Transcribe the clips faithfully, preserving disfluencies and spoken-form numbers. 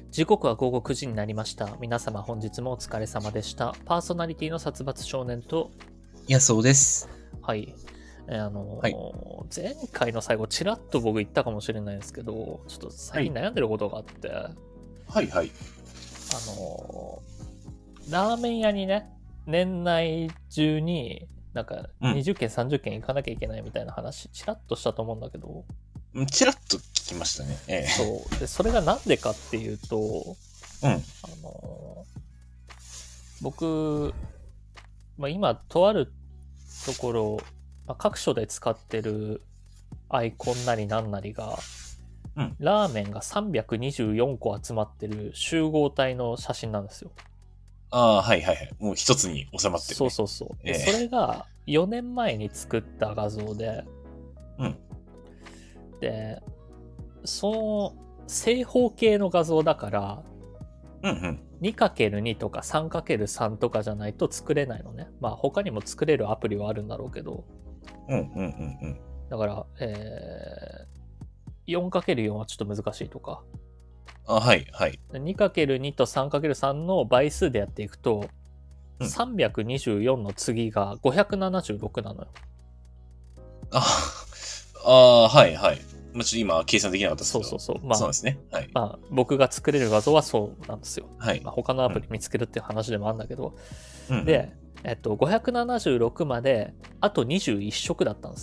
時刻は午後くじになりました。皆様本日もお疲れ様でした。パーソナリティの殺伐少年と、 いや、そうです。 はい。えーあのーはい前回の最後、ちらっと僕言ったかもしれないですけど、ちょっと最近悩んでることがあって、あはいはい。 のーラーメン屋にね、年内中になんかうんにじゅっけん、さんじゅっけん行かなきゃいけないみたいな話、ちらっとしたと思うんだけど、 うんちらっと聞きましたね。ええ。 そう。で、それがなんでかっていうと、 うん。 あのー僕、まあ、今、とあるところ、まあ、各所で使ってるアイコンなりなんなりが、 うんラーメンがさんびゃくにじゅうよんこ集まってる集合体の写真なんですよ。 ああ、はいはいはい。もう一つに収まってる、ね。 そうそうそう。でええそれがよねんまえに作った画像で、 うん。 で、その正方形の画像だから、 うんうん。 にかけるに とか さんかけるさん とかじゃないと作れないのね。まあ他にも作れるアプリはあるんだろうけど。 うんうんうんうん。 だから、えー、よんかけるよん はちょっと難しいとか。 あはいはい。 にかけるに と さんかけるさん の倍数でやっていくと、 うんさんびゃくにじゅうよんの次がごひゃくななじゅうろくなのよ。 ああ、はいはい。まあ、ちょっと今計算できなかったですけど。 そうそうそう。まあ、 そうですね。はい。 まあ、僕が作れる画像はそうなんですよ。 はい。 まあ、他のアプリ見つけるっていう話でもあるんだけど。 うんうん、 で、えっと、ごひゃくななじゅうろくまで、あとにじゅういっ色だったんです。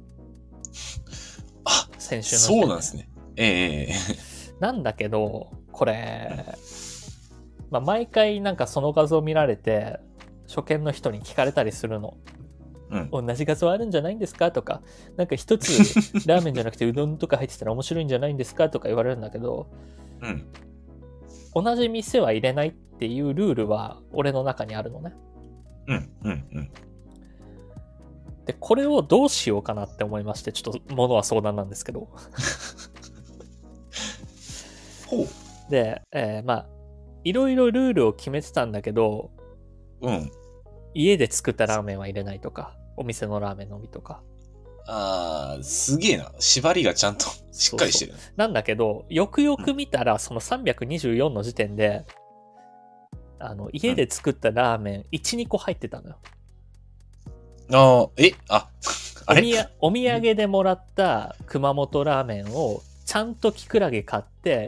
あ、 先週の時点そうなんですね。ええええなんだけど、これ、まあ、毎回なんかその画像見られて、初見の人に聞かれたりするの。 うん。 同じ画像あるんじゃないんですかとか、なんか一つラーメンじゃなくてうどんとか入ってたら面白いんじゃないんですかとか言われるんだけど、 うん。 同じ店は入れないっていうルールは俺の中にあるのね。 うんうんうん。 で、これをどうしようかなって思いまして、ちょっと物は相談なんですけど。 ほう。 で、えーまあ、いろいろルールを決めてたんだけど、 うん。 家で作ったラーメンは入れないとか、お店のラーメンのみとか。 ああ、すげえな。縛りがちゃんとしっかりしてる。 そうそうなんだけど、よくよく見たら、そのさんびゃくにじゅうよんの時点で、あの、家で作ったラーメンいち、にこ入ってたのよ。 ああ、え、あ、あれおみやお土産でもらった熊本ラーメンを、ちゃんとキクラゲ買って、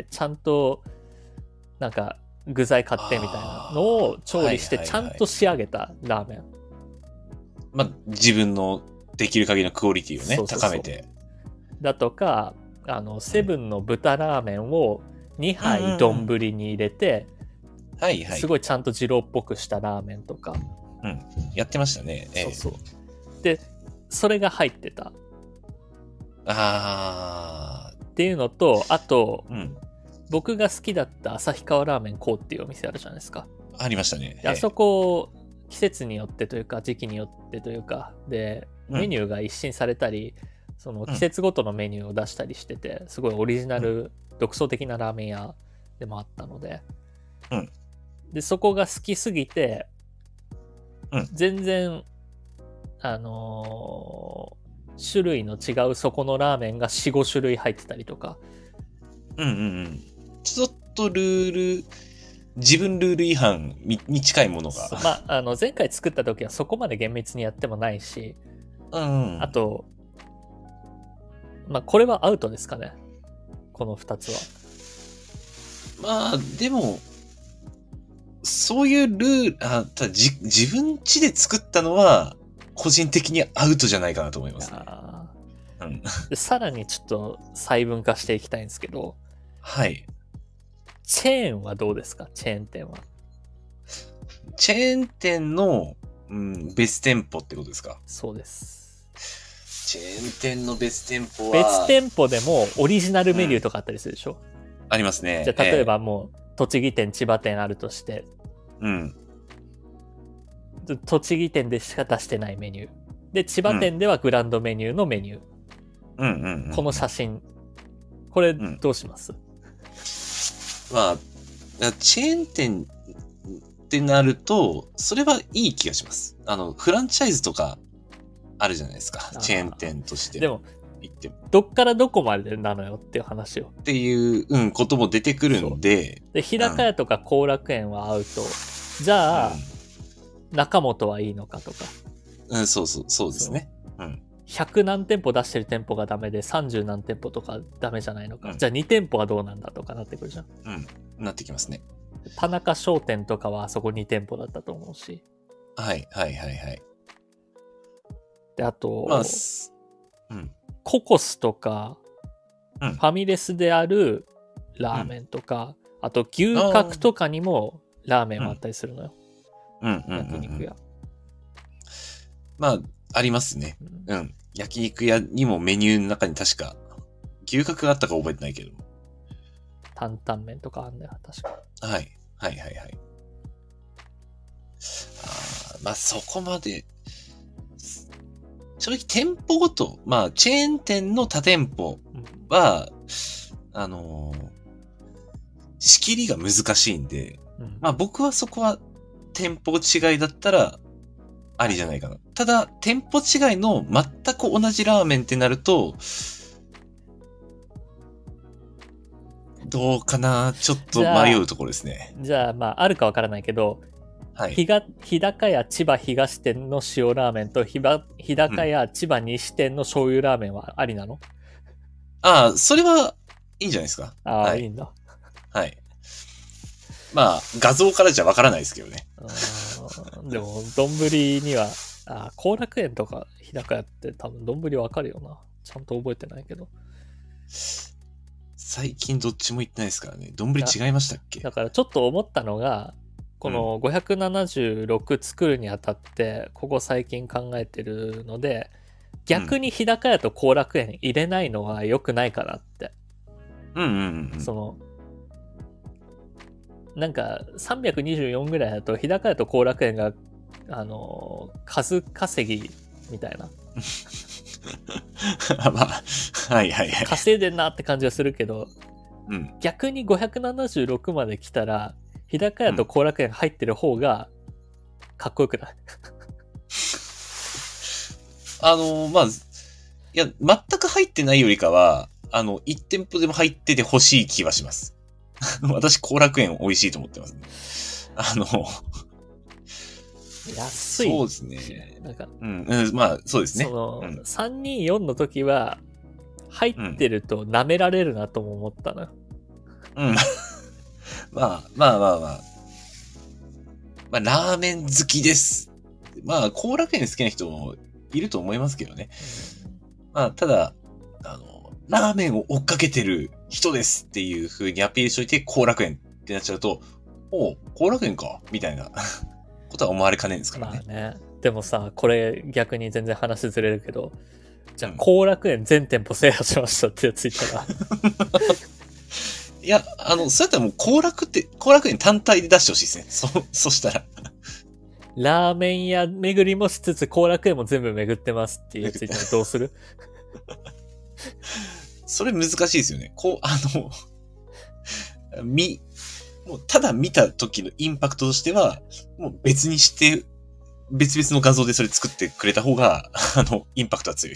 ちゃんと、なんか、具材買ってみたいなのを調理して、ちゃんと仕上げたラーメン。 まあ、自分のできる限りのクオリティをね、 そうそうそう高めて。 だとか、あの、セブンの豚ラーメンをにはい丼に入れて、 はいはい。 すごいちゃんと二郎っぽくしたラーメンとか。 うん。やってましたね。ええ、 そうそう。で、それが入ってた。 あっていうのと、あと、 ー、うん。 僕が好きだった旭川ラーメンこうっていうお店あるじゃないですか。 ありましたね。 であそこ、季節によってというか、時期によってというか、で、 うんメニューが一新されたり、その季節ごとのメニューを出したりしてて、すごいオリジナル、独創的なラーメン屋でもあったので、 うんで、そこが好きすぎて、 うん全然、あのー種類の違うそこのラーメンがよん、ご種類入ってたりとか。 うんうんうん。ちょっとルール、自分ルール違反に近いものが。 まあ、あの、前回作った時はそこまで厳密にやってもないし、 うんうん。 あと、まあ、これはアウトですかね。このふたつは。 まあ、でも、そういうルール、あ、ただじ自分家で作ったのは、個人的にアウトじゃないかなと思いますね。 あうん、 でさらにちょっと細分化していきたいんですけど、 はい。 チェーンはどうですか？チェーン店は。 チェーン店の、うん、別店舗ってことですか？ そうです。 チェーン店の別店舗は。 別店舗でもオリジナルメニューとかあったりするでしょ？うん、 ありますね。 じゃあ例えばもう、栃木店、千葉店あるとして、 うん。 栃木店でしか出してないメニュー。で、千葉店ではグランドメニューのメニュー。 うんうんうん、 この写真。これどうします？ うん、まあ、チェーン店ってなると、それはいい気がします。あの、フランチャイズとかあるじゃないですか。チェーン店として。 でも、 言っても。 どっからどこまでなのよっていう話を。 っていう、うん、ことも出てくるんで。 で、日高屋とか後楽園はアウト。じゃあ、うん、中本はいいのかとか。 うん、そうそう、そうですね。うん。 ひゃく何店舗出してる店舗がダメでさんじゅう何店舗とかダメじゃないのか、うん、じゃあに店舗はどうなんだとかなってくるじゃん。 うんなってきますね。 田中商店とかはあそこに店舗だったと思うし。 はいはいはいはい。 であと、 まあうん、 ココスとか、 うん、 ファミレスであるラーメンとか、うん、あと牛角とかにもラーメンはあったりするのよ。 うんうんうんうん、 焼肉屋。 まあありますね、うん。うん。焼肉屋にもメニューの中に確か牛角があったか覚えてないけど。 担々麺とかあんだよ、確か。 はい。はいはいはい。あまあそこまで、正直店舗ごと、まあチェーン店の他店舗は、うん、あのー、仕切りが難しいんで、うん、まあ僕はそこは店舗違いだったら、ありじゃないかな。ただ、店舗違いの全く同じラーメンってなると、どうかなちょっと迷うところですね。 じゃあ、まあ、あるかわからないけど、 はい、 日が日高屋千葉東店の塩ラーメンと日ば日高屋千葉西店の醤油ラーメンはありなの？うん、 ああ、それはいいんじゃないですか。 ああ、 はい、 いいんだ。 はい。まあ、画像からじゃわからないですけどね。 でも、丼には、あ、後楽園とか日高屋って多分丼わかるよな。ちゃんと覚えてないけど。 最近どっちも行ってないですからね。丼違いましたっけ？ だからちょっと思ったのが、このごひゃくななじゅうろく作るにあたって、ここ最近考えてるので、逆に日高屋と後楽園入れないのは良くないかなって。 うんうんうん。 その、なんかさんびゃくにじゅうよんぐらいだと日高屋と後楽園があの数稼ぎみたいなまあはいはいはい稼いでんなって感じがするけど、 うん、 逆にごひゃくななじゅうろくまで来たら日高屋と後楽園入ってる方がかっこよくない？ あのまあいや全く入ってないよりかはあのいち店舗でも入ってて欲しい気はします。私、後楽園美味しいと思ってますね。あの、 安い。 そうですね。 なんか、 うん、うん、まあ、そうですね。 その、 うん、 さんにーよんの時は、入ってると舐められるなとも思ったな。 うん。まあ、まあまあまあ。まあ、ラーメン好きです。まあ、後楽園好きな人もいると思いますけどね。うん、まあ、ただ、あの、ラーメンを追っかけてる人ですっていう風にアピールしといて、後楽園ってなっちゃうと、おう、後楽園かみたいなことは思われかねえんですからね。 まあね。でもさ、これ逆に全然話ずれるけど、じゃあ後楽園全店舗制覇しましたってやついたら。 いや、あの、そうやったらもう後楽って、後楽園単体で出してほしいですね。そ、そしたら。 ラーメン屋巡りもしつつ後楽園も全部巡ってますっていうやついたらどうする？ それ難しいですよね。こう、あの、み、もうただ見た時のインパクトとしては、もう別にして、別々の画像でそれ作ってくれた方が、あの、インパクトは強いです。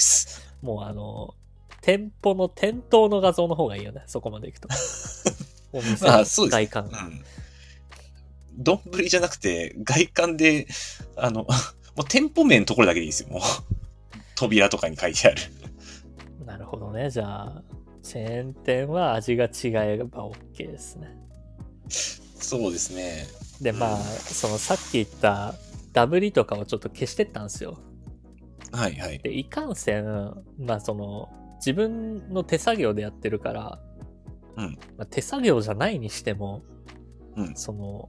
もうあの、店舗の店頭の画像の方がいいよね。そこまでいくと。お店の外観。 まあ、うん。丼じゃなくて、外観で、あの、もう店舗名のところだけでいいですよ。もう、扉とかに書いてある。 なるほどね。じゃあ、チェーン店は味が違えば OK ですね。 そうですね。 で、まあ、そのさっき言ったダブリとかをちょっと消してったんですよ。 はいはい。 で、いかんせん、まあその、自分の手作業でやってるから、 うんまあ、手作業じゃないにしても、 うん、 その、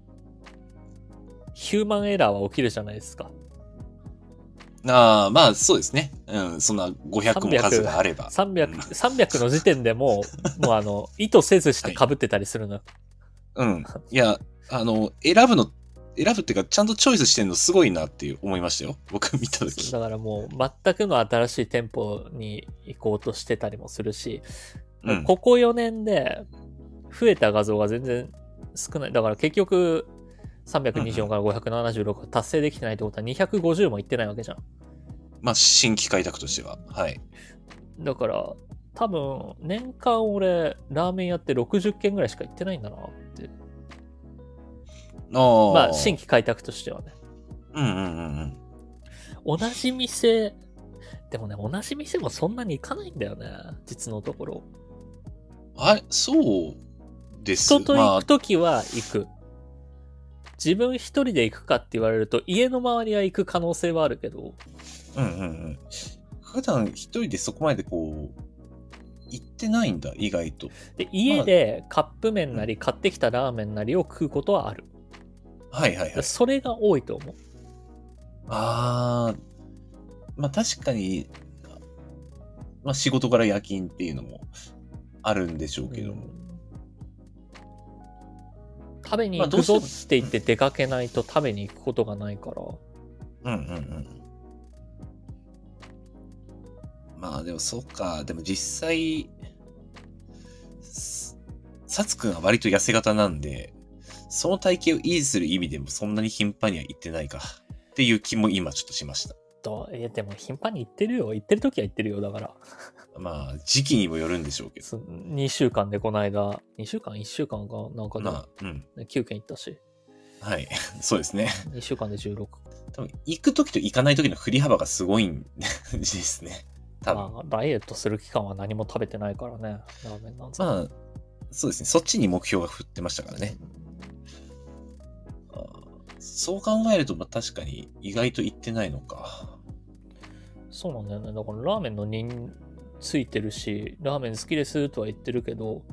ヒューマンエラーは起きるじゃないですか。 ああ、まあそうですね。うん、そんなごひゃくも数があれば。 さんびゃく、さんびゃくの時点でもう、もうあの、意図せずして被ってたりするの。はい、 うん。いや、あの、選ぶの、選ぶっていうか、ちゃんとチョイスしてんのすごいなっていう思いましたよ。僕見たとき。 だからもう、全くの新しい店舗に行こうとしてたりもするし、うん、ここよねんで増えた画像が全然少ない。だから結局、さんびゃくにじゅうよんからごひゃくななじゅうろく達成できてないってことはにひゃくごじゅうもいってないわけじゃん。 まあ、新規開拓としては。はい。 だから、多分、年間俺、ラーメン屋ってろくじゅっけんぐらいしか行ってないんだなって。 ああ。 まあ、新規開拓としてはね。 うんうんうんうん。同じ店、でもね、同じ店もそんなに行かないんだよね。実のところ。 あれ、そうです。 人と行くときは行く。まあ、自分一人で行くかって言われると、家の周りは行く可能性はあるけど。 うんうんうん。普段一人でそこまでこう、行ってないんだ、意外と。 で、家でカップ麺なり買ってきたラーメンなりを食うことはある。 はいはいはい。 それが多いと思う。 ああ、まあ確かに、まあ仕事から夜勤っていうのもあるんでしょうけども。うん、 食べに行くぞって言って出かけないと食べに行くことがないから。 うんうんうん。まあでもそうか。でも実際、サツくんは割と痩せ型なんで、その体型を維持する意味でもそんなに頻繁には行ってないかっていう気も今ちょっとしました。 とえでも頻繁に行ってるよ。行ってる時は行ってるよ。だから。 まあ時期にもよるんでしょうけど。 にしゅうかんでこの間、にしゅうかん ?いっ 週間かなんかで、まあうん、きゅうけん行ったし。 はい。そうですね。 にしゅうかんでじゅうろく。 多分行く時と行かない時の振り幅がすごいんですね。多分。 まあ、ダイエットする期間は何も食べてないからね。ラーメンなんですか。 まあ、そうですね。そっちに目標が振ってましたからね。あ、そう考えると、まあ確かに意外と行ってないのか。 そうなんだよね。だからラーメンの人ついてるし、ラーメン好きですとは言ってるけど、うんうん、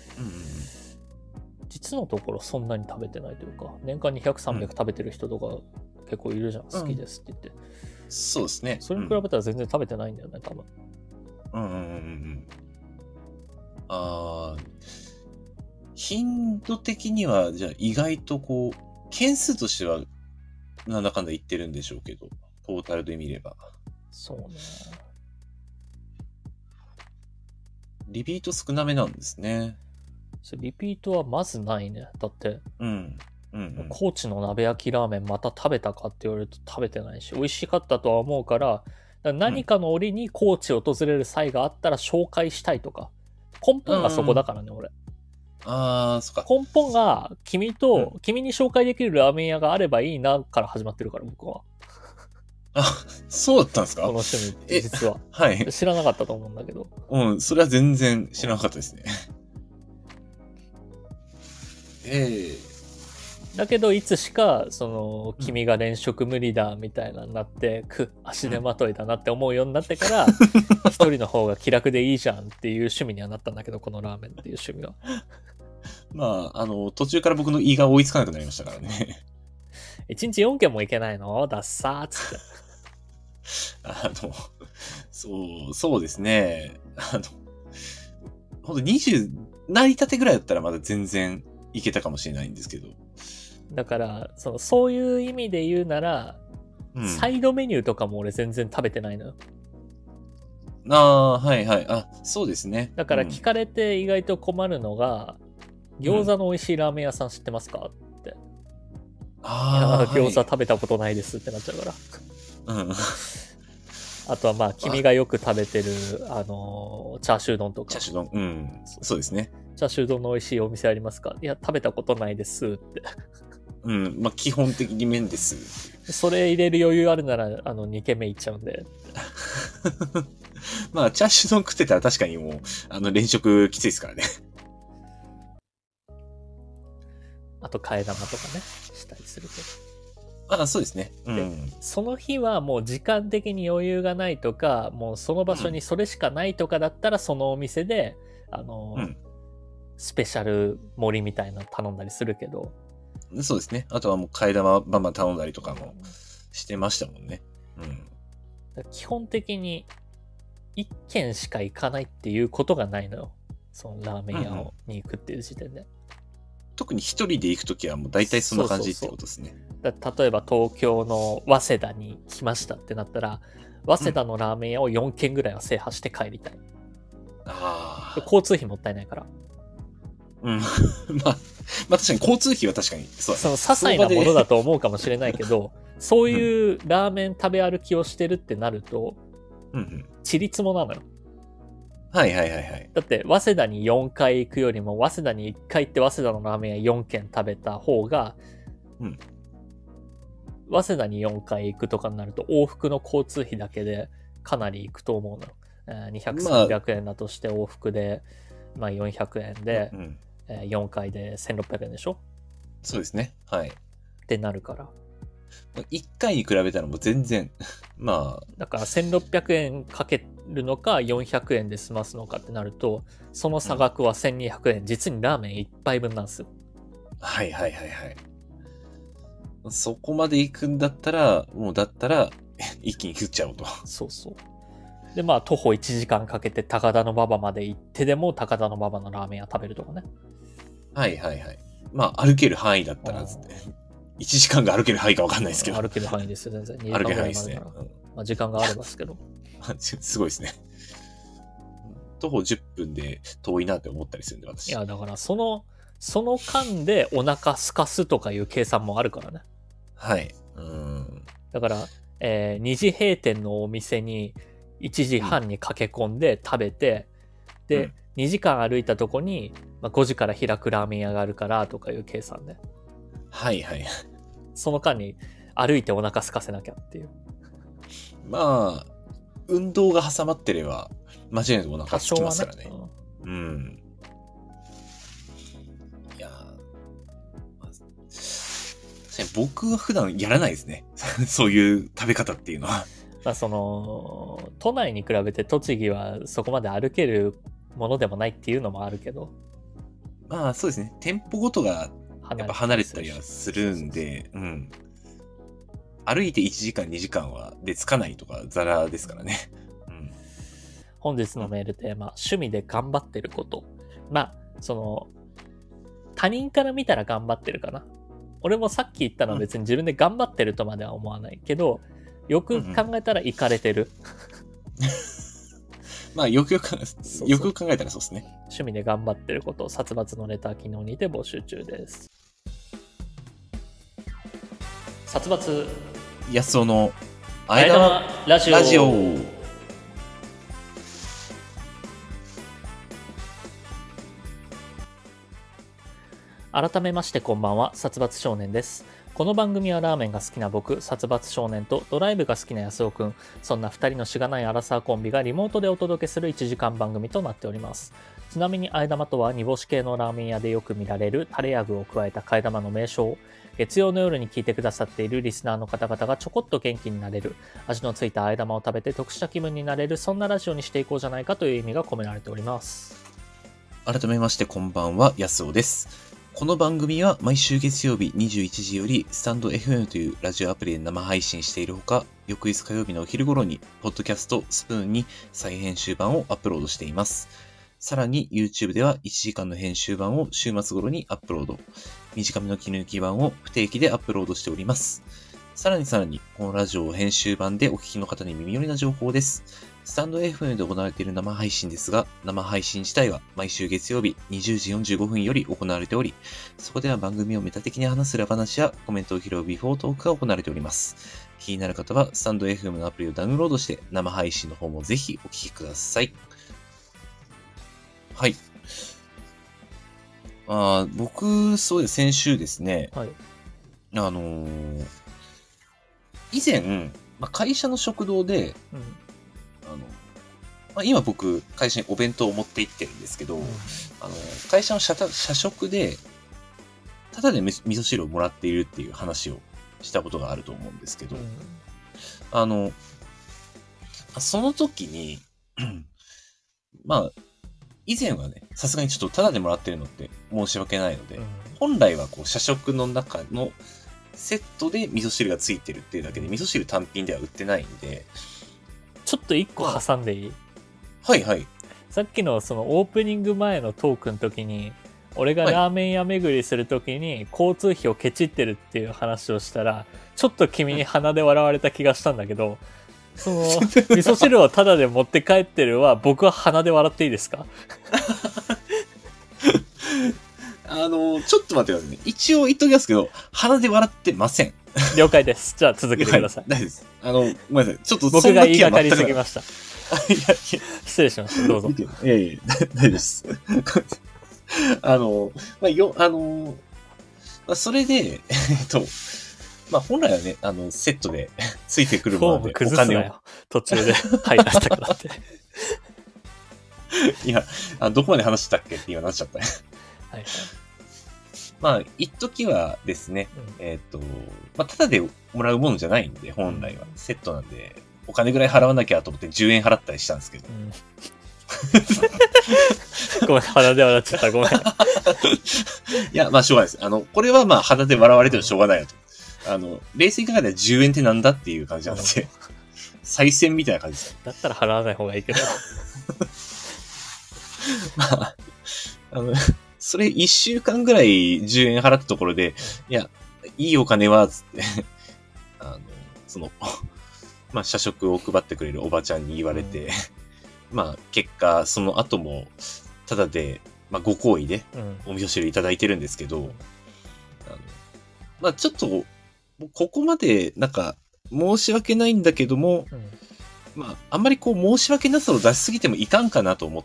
実のところそんなに食べてないというか、年間にひゃく、さんびゃく食べてる人とか結構いるじゃん。うん、好きですって言って。 そうですね。 それに比べたら全然食べてないんだよね、多分。 うんうんうんうん。ああ、頻度的には、じゃあ意外とこう、件数としては、なんだかんだ言ってるんでしょうけど、トータルで見れば。 そうね。 リピート少なめなんですね。 リピートはまずないね。だって、 うんうんうん、 高知の鍋焼きラーメンまた食べたかって言われると食べてないし、美味しかったとは思うから、から何かの折に高知を訪れる際があったら紹介したいとか、根本がそこだからね、うん、俺。 ああ、そっか。 根本が君と、うん、君に紹介できるラーメン屋があればいいなから始まってるから、僕は。 あ、そうだったんですか？ この趣味って実は。 はい。 知らなかったと思うんだけど。 うん、それは全然知らなかったですね。ええー。 だけど、いつしか、その、君が連食無理だ、みたいなになって、く、足手まといだなって思うようになってから、一人の方が気楽でいいじゃんっていう趣味にはなったんだけど、このラーメンっていう趣味は。 まあ、あの、途中から僕の胃が追いつかなくなりましたからね。 一日よんけんも行けないのダッサーっつって。 あの、そう、そうですね。あの、ほんとにじゅう、成り立てぐらいだったらまだ全然いけたかもしれないんですけど。 だから、その、そういう意味で言うなら、うん、サイドメニューとかも俺全然食べてないのよ。 ああ、はいはい。あ、そうですね。 だから聞かれて意外と困るのが、うん、餃子の美味しいラーメン屋さん知ってますかって。ああ、餃子食べたことないですってなっちゃうから。うん。あとはまあ、君がよく食べてる、あのー、チャーシュー丼とか。 チャーシュー丼。うん。そうですね。 チャーシュー丼の美味しいお店ありますか？いや、食べたことないですって。 うん。まあ、基本的に麺です。 それ入れる余裕あるなら、あの、にけんめ行っちゃうんで。 まあ、チャーシュー丼食ってたら確かにもう、あの、連食きついですからね。 あと、替え玉とかね、したりするけど。ああ、そうですね。うん。 その日はもう時間的に余裕がないとか、もうその場所にそれしかないとかだったら、そのお店で、あの、うん、スペシャル盛りみたいなの頼んだりするけど。 そうですね。あとはもう替え玉バンバン頼んだりとかもしてましたもんね。うん。 基本的に一軒しか行かないっていうことがないのよ。そのラーメン屋に行くっていう時点で。うんうん、 特に一人で行くときはもう大体そんな感じってことですね。 そうそうそう。だ例えば東京の早稲田に来ましたってなったら、早稲田のラーメン屋をよんけんぐらいは制覇して帰りたい。うん、ああ。交通費もったいないから。 うん。まあ、まあ確かに交通費は確かにそう。その些細なものだと思うかもしれないけど、そういうラーメン食べ歩きをしてるってなると、うんうん、ちりつもなのよ。 はいはいはいはい。 だって、早稲田によんかい行くよりも、早稲田にいっかい行って早稲田のラーメン屋よんけん食べた方が、 うん。 早稲田によんかい行くとかになると、往復の交通費だけでかなり行くと思うの。えー、にひゃく、さんびゃくえんだとして往復で、まあよんひゃくえんで、 うん、 えー、よんかいでせんろっぴゃくえんでしょ？ そうですね。はい。 ってなるから。 いっかいに比べたらもう全然、まあ。 だからせんろっぴゃくえんかけるのかよんひゃくえんで済ますのかってなると、その差額はせんにひゃくえん、うん、実にラーメンいっぱいぶんなんですよ。 はいはいはいはい。そこまで行くんだったら、もうだったら、一気に食っちゃおうと。 そうそう。で、まあ、徒歩いちじかんかけて高田馬場まで行ってでも高田馬場のラーメン屋食べるとかね。 はいはいはい。まあ、歩ける範囲だったら、いちじかんが歩ける範囲か分かんないですけど。 歩ける範囲ですよ、全然。 歩ける範囲ですね。 うん、まあ、時間があればですけど。 すごいですね。徒歩じゅっぷんで遠いなって思ったりするんで、私。 いや、だからその、その間でお腹すかすとかいう計算もあるからね。 はい。うん。 だから、えー、にじ閉店のお店にいちじはんに駆け込んで食べて、うん、で、うん、にじかん歩いたとこに、まあ、ごじから開くラーメン屋があるからとかいう計算で。 はいはい。 その間に歩いてお腹空かせなきゃっていう。 まあ、運動が挟まってれば、間違いなくお腹空きますからね。ねうん。うん。いやー、僕は普段やらないですね。そういう食べ方っていうのは。 まあその、都内に比べて栃木はそこまで歩けるものでもないっていうのもあるけど。 まあそうですね。店舗ごとがやっぱ離れてたりはするんで、うん。歩いていちじかんにじかんはでつかないとかザラですからね。うん、 本日のメールテーマ、趣味で頑張ってること。まあ、その、他人から見たら頑張ってるかな。俺もさっき言ったのは別に自分で頑張ってるとまでは思わないけど、よく考えたらイカれてる。 うんうん、まあよくよく、よく考えたらそうですね。 趣味で頑張ってること、殺伐のレター機能にて募集中です。殺伐安尾のあえ玉ラジオ。ラジオ改めましてこんばんは、殺伐少年です。この番組はラーメンが好きな僕、殺伐少年とドライブが好きな安尾くん、そんなふたりのしがないアラサーコンビがリモートでお届けするいちじかん番組となっております。ちなみにあえ玉とは煮干し系のラーメン屋でよく見られるタレや具を加えた替え玉の名称。月曜の夜に聞いてくださっているリスナーの方々がちょこっと元気になれる、味のついたあえ玉を食べて得した気分になれる、そんなラジオにしていこうじゃないかという意味が込められております。 改めましてこんばんは、安尾です。この番組は毎週月曜日にじゅういちじよりスタンド エフエム というラジオアプリで生配信しているほか、翌日火曜日のお昼頃にポッドキャストスプーンに再編集版をアップロードしています。さらに YouTube ではいちじかんの編集版を週末頃にアップロード。短めの切り抜き版を不定期でアップロードしております。さらにさらに、このラジオを編集版でお聞きの方に耳寄りな情報です。スタンド エフエム で行われている生配信ですが、生配信自体は毎週月曜日にじゅうじよんじゅうごふんより行われており、そこでは番組をメタ的に話す裏話やコメントを拾うビフォートークが行われております。気になる方は、スタンド エフエム のアプリをダウンロードして、生配信の方もぜひお聞きください。はい。あ僕、そうです、先週ですね、 はい、 あのー、以前、まあ、会社の食堂で、うん、あのまあ、今僕、会社にお弁当を持って行ってるんですけど、うん、あの会社の 社, 社食で、ただで味噌汁をもらっているっていう話をしたことがあると思うんですけど、うん、あの、その時に、まあ、以前はね、さすがにちょっとタダでもらってるのって申し訳ないので、うん、本来はこう社食の中のセットで味噌汁がついてるっていうだけで、味噌汁単品では売ってないんで。 ちょっと一個挟んでいい？ はいはい。 さっきのそのオープニング前のトークの時に、俺がラーメン屋巡りする時に交通費をケチってるっていう話をしたら、ちょっと君に鼻で笑われた気がしたんだけど、その味噌汁をタダで持って帰ってるは僕は鼻で笑っていいですか？ あのちょっと待ってくださいね。一応言っときますけど、鼻で笑ってません。 了解です。じゃあ続けてください。 大丈夫です。あの、ごめんなさい。ちょっと僕が言いがかりすぎました。 いやいや、 失礼しました。どうぞ。 いやいや、大丈夫です。あの、まあ、よ、あの、まあ、それで、えっと、まあ、本来はね、あの、セットでついてくるもので、 お金を。途中で入らせたくなって。 いやあ、どこまで話したっけって今なっちゃったね。はいはい。まあ、一時はですね、うん、えっと、まあ、ただでもらうものじゃないんで、本来は。セットなんで、お金ぐらい払わなきゃと思ってじゅうえん払ったりしたんですけど。うんごめん、鼻で笑っちゃった。ごめん。いや、まあ、しょうがないです。あの、これはまあ、鼻で笑われてもしょうがないよと。あの、冷静に考えたらじゅうえんってなんだっていう感じなんで、再銭みたいな感じです。 だったら払わない方がいいけど。 まあ、あの、それいっしゅうかんぐらいじゅうえん払ったところで、いや、いいお金は、つって、あの、その、まあ、社食を配ってくれるおばちゃんに言われて、うん、まあ、結果、その後も、ただで、まあ、ご厚意で、お味噌汁いただいてるんですけど、うん、あのまあ、ちょっと、ここまで、なんか、申し訳ないんだけども、うん、まあ、あんまりこう、申し訳なさを出しすぎてもいかんかなと思って、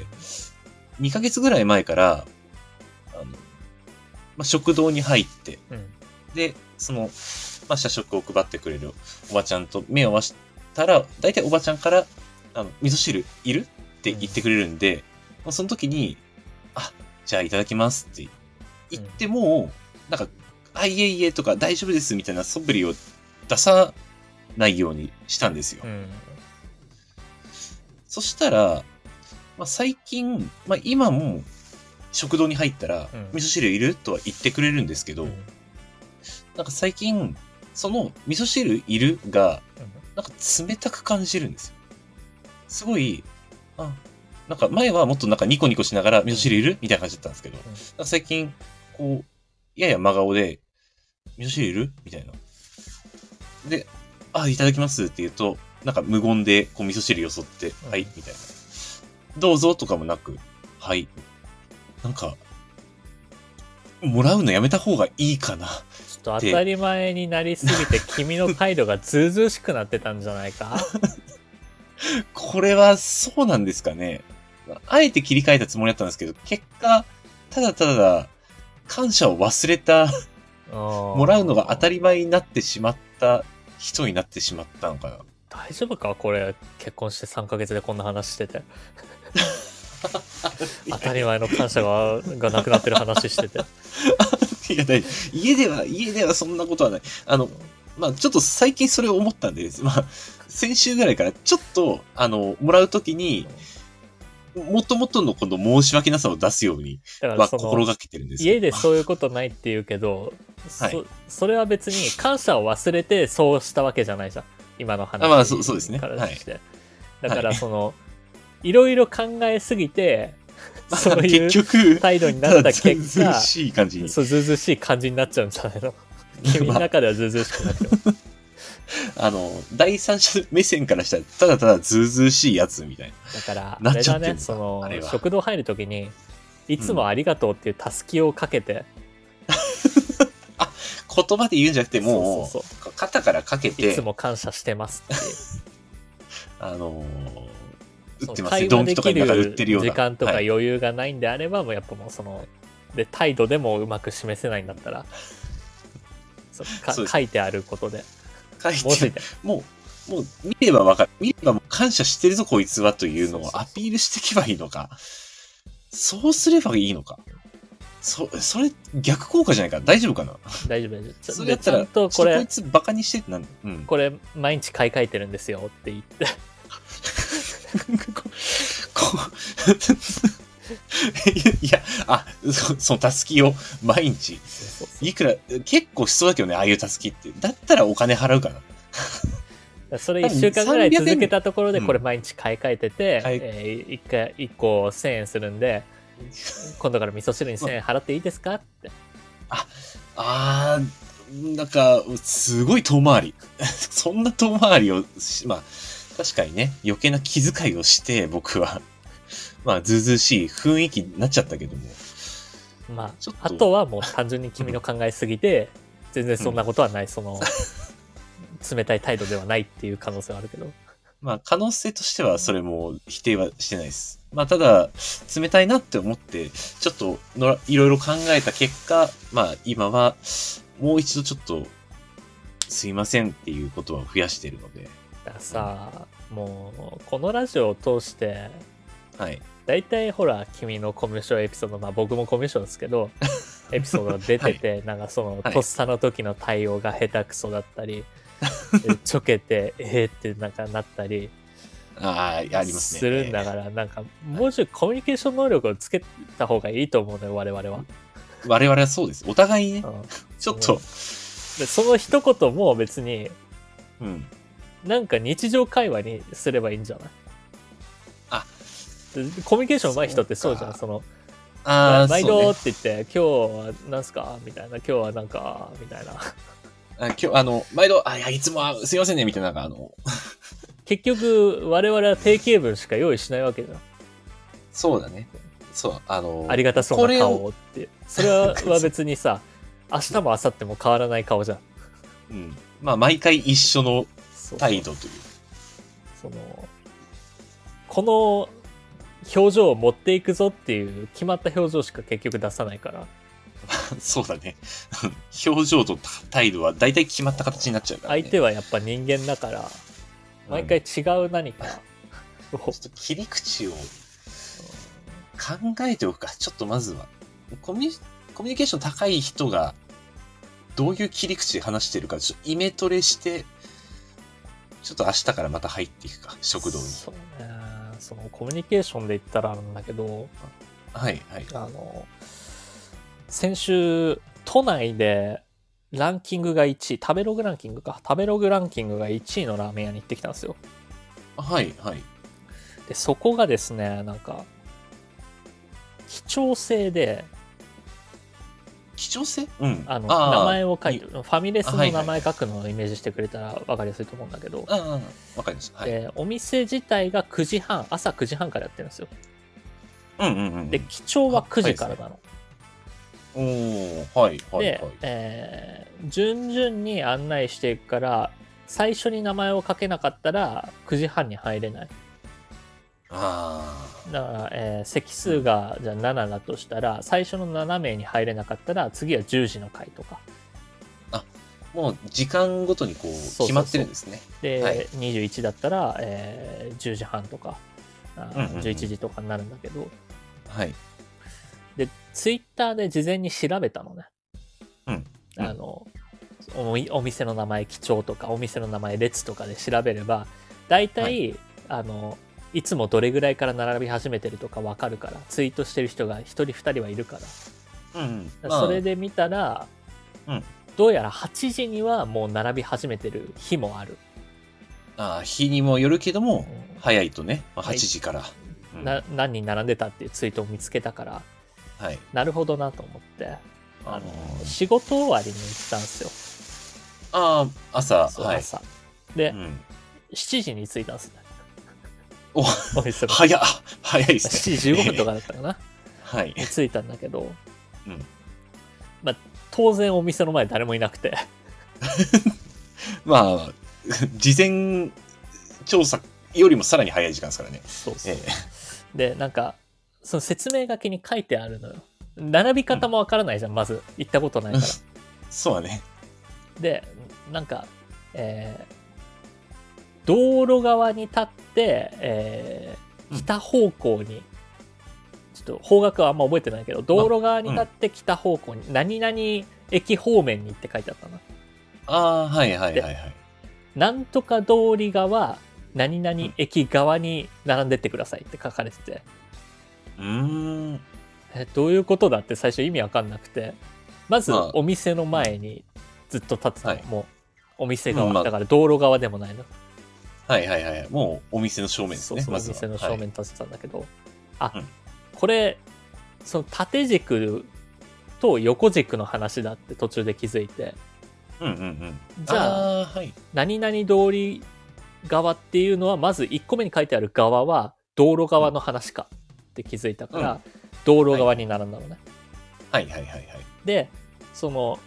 にかげつぐらい前から、あの、まあ、食堂に入って、うん、で、その、まあ、社食を配ってくれるおばちゃんと目を合わせたら、だいたいおばちゃんから、あの、味噌汁いるって言ってくれるんで、うん、その時に、あ、じゃあいただきますって言っても、うん、なんか、あ、いえいえとか大丈夫ですみたいな素振りを出さないようにしたんですよ。うん、そしたら、まあ、最近、まあ、今も食堂に入ったら、うん、味噌汁いるとは言ってくれるんですけど、うん、なんか最近、その味噌汁いるが、なんか冷たく感じるんですよ。すごい、あ、なんか前はもっとなんかニコニコしながら味噌汁いるみたいな感じだったんですけど、うん、なんか最近、こう、やや真顔で、味噌汁いるみたいな。で、あ、いただきますって言うと、なんか無言でこう味噌汁よそって、うん、はい、みたいな。どうぞとかもなく、はい。なんか、もらうのやめた方がいいかな。 ちょっと当たり前になりすぎて君の態度がずうずうしくなってたんじゃないかこれはそうなんですかね。あえて切り替えたつもりだったんですけど、結果、ただただ感謝を忘れた、もらうのが当たり前になってしまった人になってしまったのかな。 大丈夫かこれ、結婚してさんかげつでこんな話してて。当たり前の感謝ががなくなってる話してて。 いや、大丈夫。家では、家ではそんなことはない。あの、まあちょっと最近それを思ったんで、まあ先週ぐらいからちょっと、あの、もらうときに、もともとのこの申し訳なさを出すようには心がけてるんですよ。 家でそういうことないって言うけど、はい、そ, それは別に感謝を忘れてそうしたわけじゃないじゃん。今の話からして。 あ、まあそう、そうですね。はい、 だからその、はい、いろいろ考えすぎて、そういう態度になった結果、 ずうずうしい感じに。 そう、ずうずうしい感じになっちゃうんじゃないの君の中ではずうずうしくなってます。 あの、第三者目線からしたら、ただただずうずうしいやつみたいな。 だから、あれだね、その、食堂入るときに、いつもありがとうっていうたすきをかけて、うん、 あ、言葉で言うんじゃなくて、もう、そうそうそう、肩からかけて、 いつも感謝してますっていう。 あのー、売ってますね。ドンキとかに売ってるような。 時間とか余裕がないんであれば、はい、もうやっぱもうその、で、態度でもうまく示せないんだったら、そうかそう書いてあることで。 書いて、もう、もう見ればわかる。見ればもう感謝してるぞ、こいつはというのをアピールしていけばいいのか。そうすればいいのか。そ、それ逆効果じゃないか。大丈夫かな。 大丈夫、大丈夫。 それやったら、ちょっとこれ、こいつバカにしてってなん、 うん、これ、毎日買い替えてるんですよって言って。 ここいや、あ、そ, そのたすきを毎日。いくら、結構しそうだけどね、ああいうたすきって。だったらお金払うかな。それいっしゅうかんぐらい続けたところで、これ毎日買い替えてて、うん、えー、いっかいいっこせんえんするんで、今度から味噌汁にせんえん払っていいですかって。 あ、あー、なんか、すごい遠回り。そんな遠回りを、まあ、確かにね、余計な気遣いをして、僕は。まあ、ずうずうしい雰囲気になっちゃったけども。 まあ、あとはもう単純に君の考えすぎて、 全然そんなことはない、その冷たい態度ではないっていう可能性はあるけど。 まあ可能性としてはそれも否定はしてないです。まあただ、冷たいなって思って、ちょっとのいろいろ考えた結果、まあ今はもう一度ちょっとすいませんっていうことは増やしてるので。 だからさ、もうこのラジオを通して、 はい。 大体ほら君のコミュ障エピソード、まあ僕もコミュ障ですけど、エピソードが出てて、はい、なんかその、はい、とっさの時の対応が下手くそだったり、ちょけて、えーってなんかなったり、 ああ、ありますね。 するんだから、なんか、もうちょいコミュニケーション能力をつけた方がいいと思うのよ、我々は。 我々はそうです。お互いね、うん、ちょっと。 でその一言も別に、 うん、 なんか日常会話にすればいいんじゃない？ あ、 コミュニケーション上手い人ってそうじゃん。その、 あ毎度って言って、ね、今日はなんすかみたいな、今日はなんか、みたいな。 あ今日、あの、毎度、あ、いや、いつもはすいませんね、みたいな、なんかあの。 結局、我々は定型文しか用意しないわけじゃん。 そうだね。そう、あの、 ありがたそうな顔をって。それは別にさ、明日も明後日も変わらない顔じゃん。 うん。まあ、毎回一緒の態度という。 その、この表情を持っていくぞっていう決まった表情しか結局出さないから。 そうだね。表情と態度は大体決まった形になっちゃうから、ね。 相手はやっぱ人間だから、毎回違う何か、 うん、ちょっと切り口を考えておくか。ちょっとまずは。コミュ、コミュニケーション高い人がどういう切り口で話してるか、ちょっとイメトレして、ちょっと明日からまた入っていくか、食堂に。 そうね。そのコミュニケーションで言ったらなんだけど、 はいはい。 あの、先週、都内でランキングがいちい、食べログランキングか。食べログランキングがいちいのラーメン屋に行ってきたんですよ。 はいはい。 で、そこがですね、なんか、記帳制で、 記帳制？うん。 あの、名前を書いてる。ファミレスの名前書くのをイメージしてくれたら分かりやすいと思うんだけど。 うんうん。わかります。はい。 で、お店自体がくじはん、朝くじはんからやってるんですよ。 うんうんうん。 で、記帳はくじからなの。 おー、はいはいはい。 で、えー、順々に案内していくから、最初に名前を書けなかったらくじはんに入れない。 ああ。だから、えー、席数がじゃあななだとしたら、最初のななめいに入れなかったら、次はじゅうじの回とか。 あ、もう時間ごとにこう決まってるんですね。そうそうそうで、 はい、 にじゅういちだったら、えー、じゅうじはんとか、あうんうんうん、 じゅういちじとかになるんだけど、 はい。 で、ツイッターで事前に調べたのね。 うん。 あの、お, お店の名前、記帳とか、お店の名前、列とかで調べれば、大体、はい、あの、いつもどれぐらいから並び始めてるとかわかるから、ツイートしてる人がひとりふたりはいるから。 うん、 うん。それで見たら、 うん、どうやらはちじにはもう並び始めてる日もある。 ああ、日にもよるけども、うん、早いとね、まあ、はちじから、 うんな。何人並んでたっていうツイートを見つけたから、 はい、 なるほどなと思って、あの、仕事終わりに行ったんですよ。ああ、朝、 そう、はい、朝。で、うん、しちじに着いたんですね。 お、お店が早っ、早いですね。 しちじじゅうごふんとかだったかな。 はい。 に着いたんだけど、 うん。 まあ、当然お店の前誰もいなくて。 まあ、事前調査よりもさらに早い時間ですからね。 そうそう。えー、で、なんか、その説明書きに書いてあるのよ。並び方もわからないじゃん、うん、まず。行ったことないから。 そうだね。 で、なんか、えー、道路側に立って、えー、北方向に、うん、ちょっと方角はあんま覚えてないけど、道路側に立って北方向に、うん、何々駅方面にって書いてあったな。 ああ、はいはいはいはい。 なんとか通り側、何々駅側に並んでってくださいって書かれてて。 うーん。 え、どういうことだって最初意味わかんなくて。まず、お店の前にずっと立ってたの。まあ、もう、お店側、うんまあ。だから道路側でもないの。 はいはいはい。もうお店の正面ですね。 そうそう、ま、お店の正面に立ってたんだけど。はい、あ、 うん、 これ、その縦軸と横軸の話だって途中で気づいて。 うんうんうん。 じゃあ、あはい、何々通り側っていうのは、まずいっこめに書いてある側は道路側の話かって気づいたから、うん、道路側になるんだろうね。 はい、はいはいはいはい。 で、その、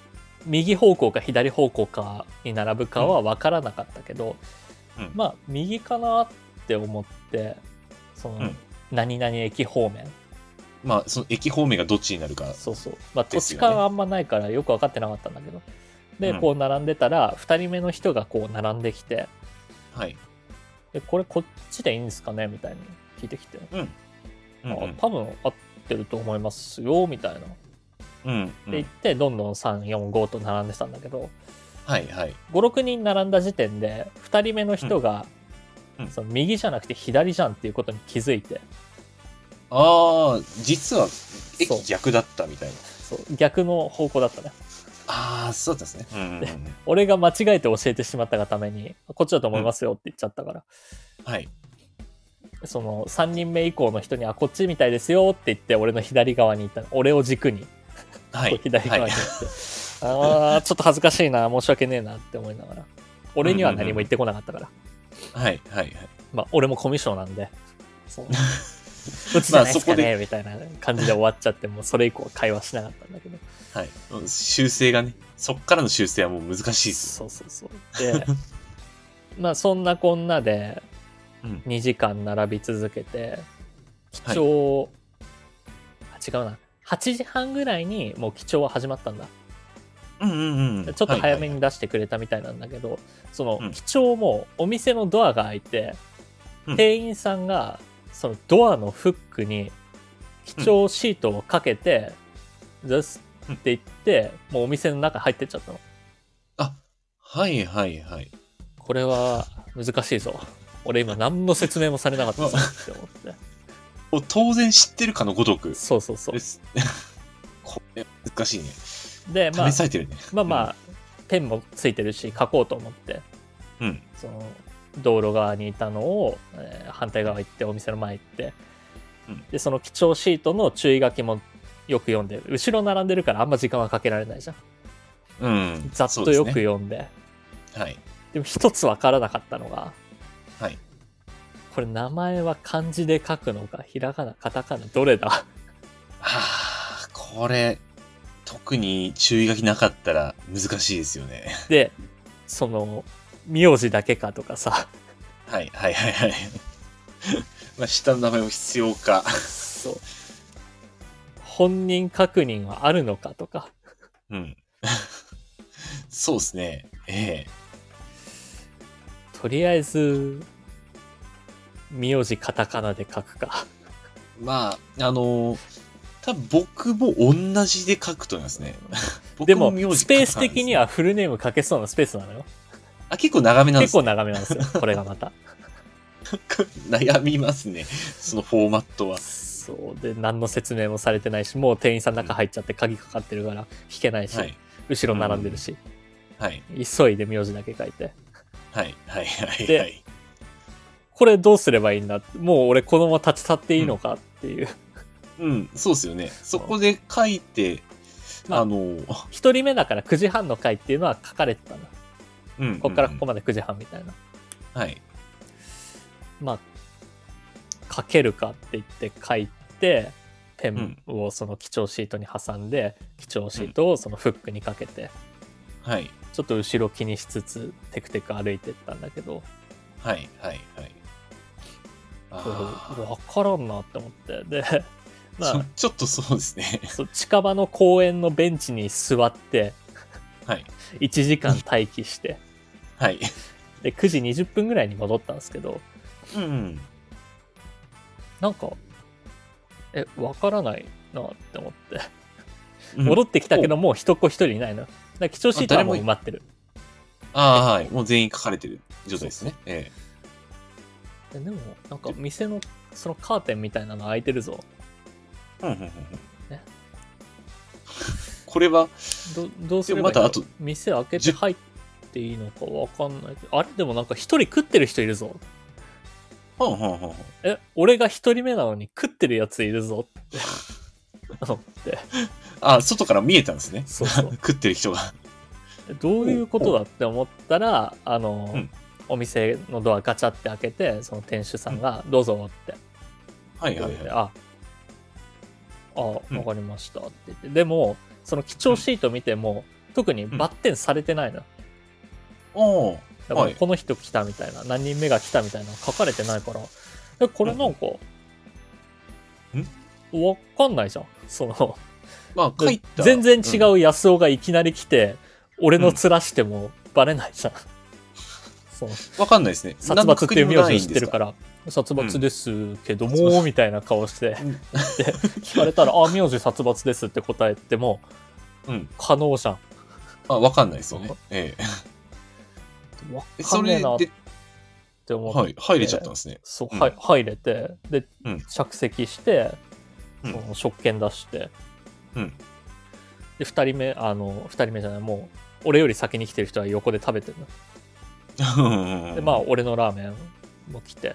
右方向か左方向かに並ぶかは分からなかったけど、 うん、 まあ右かなって思ってその、うん、何々駅方面、 まあその駅方面がどっちになるか、 そうそう、まあ土地勘はあんまないからよく分かってなかったんだけど、で、うん、こう並んでたらふたりめの人がこう並んできて、 はい、 でこれこっちでいいんですかねみたいに聞いてきて、 うんうんうん、 あ多分合ってると思いますよみたいな、 うんうん、 って言ってどんどんさんよんごと並んでたんだけど、 はいはい、 ごろくにん並んだ時点でふたりめの人が、うんうん、その右じゃなくて左じゃんっていうことに気づいて、 ああ実は駅逆だったみたいな、 そうそう逆の方向だったね。 ああそうですね、うんうんうん、 俺が間違えて教えてしまったがためにこっちだと思いますよって言っちゃったから、 うん、はい、 そのさんにんめ以降の人にあこっちみたいですよって言って俺の左側に行った、俺を軸に、はい、左側に行って、はい、ああちょっと恥ずかしいな申し訳ねえなって思いながら、俺には何も言ってこなかったから、 うんうんうん、はいはいはい、 まあ俺もコミュ障なんでそうどっちじゃないですかね、まあ、みたいな感じで終わっちゃってもうそれ以降は会話しなかったんだけど、 はい、修正がねそっからの修正はもう難しいです。 そうそうそうでまあそんなこんなでにじかん並び続けて、記帳、はい、あ違うなはちじはんぐらいにもう記帳は始まったんだ。 うんうんうん、 ちょっと早めに出してくれたみたいなんだけど、はいはいはい、その記帳もお店のドアが開いて、うん、店員さんがそのドアのフックに記帳シートをかけて、うん、ですって言って、もうお店の中入ってっちゃったの。 あ、はいはいはい。これは難しいぞ。俺今何の説明もされなかったぞって思って。 当然知ってるかのごとく。 そうそうそう。 これ難しいね。 で、まあ、 試されてるね。 まあまあ、うん、ペンもついてるし書こうと思って、 うん、 その道路側にいたのを、えー、反対側行ってお店の前行って、うん、でその記帳シートの注意書きもよく読んでる。後ろ並んでるからあんま時間はかけられないじゃん。 うん。 ざっとよく読んで。 でね、はい。 でも一つわからなかったのが、 はい。 これ名前は漢字で書くのか、ひらがな、カタカナ、どれだ？はあ、これ、特に注意書きなかったら難しいですよね。 で、その、名字だけかとかさ。 はいはいはいはい。まあ下の名前も必要か。 そう。本人確認はあるのかとか。 うん。そうですね。ええ。 とりあえず、名字カタカナで書くか。 まあ、あのー、多分僕も同じで書くと思いますね。 でも、スペース的にはフルネーム書けそうなスペースなのよ。 あ、結構長めなんですね。結構長めなんですよ。これがまた。 悩みますね。そのフォーマットは。 そう。で、何の説明もされてないし、もう店員さんの中入っちゃって鍵かかってるから引けないし、はい、後ろ並んでるし、 うん、はい。 急いで名字だけ書いて。 はい、はい、はい。 で、これどうすればいいんだって、もう俺このまま立ち去っていいのかっていう。 うん、うん、そうですよね。そこで書いて、まあ、あの、 一人目だからくじはんの回っていうのは書かれてたの。 うん。 こっからここまでくじはんみたいな。 はい。 まあ、書けるかって言って書いて、ペンをその記帳シートに挟んで、記帳シートをそのフックにかけて、 うん、はい。 ちょっと後ろ気にしつつ、テクテク歩いてったんだけど、 はい、はい、はい。 わからんなって思って。で、 まあ、ちょっとそうですね。 そう近場の公園のベンチに座って、 はい。 いちじかん待機して、 はい。で、 くじにじゅっぷんぐらいに戻ったんですけど、 うんうん。 なんか、え、わからないなって思って。戻ってきたけど、もう一子一人いないの。だから記帳シートはもう埋まってる。 ああ、はい。もう全員書かれてる状態ですね。ええ。でも、なんか店のそのカーテンみたいなの開いてるぞ。 うんうんうんうん。ね。これは、 どどうすればいいの？またあと店開けて入っていいのかわかんないけど、あれでもなんか一人食ってる人いるぞ。 はんはんはん。 え、俺が一人目なのに食ってるやついるぞって思って。 あ、外から見えたんですね。 そうそう。 食ってる人が。 どういうことだって思ったら、あの、うん、お店のドアガチャって開けて、その店主さんがどうぞって。 はいはいはい。 あ、あ、わかりましたって言って。でも、その記帳シート見ても、 特にバッテンされてないのよ。 おー。 だからこの人来たみたいな、はい、何人目が来たみたいな書かれてないから、でこれなんか、 うん、 わかんないじゃん。その、 まあ、書いた全然違う安尾がいきなり来て、うん、俺の面してもバレないじゃん。そのわかんないですね。 殺伐っていう名字を知ってるから、殺伐ですけども、うん、みたいな顔して、で聞かれたら、あ、名字殺伐ですって答えても、うん、可能じゃん。 あ、わかんないですよね。ええ。 わかんねえなって思って、 はい、入れちゃったんですね。 そう、うん、はい、入れて、で、うん、着席して、その食券出して、うん、で、二人目、あの、二人目じゃない、もう、俺より先に来てる人は横で食べてるの。で、まあ、俺のラーメンも来て、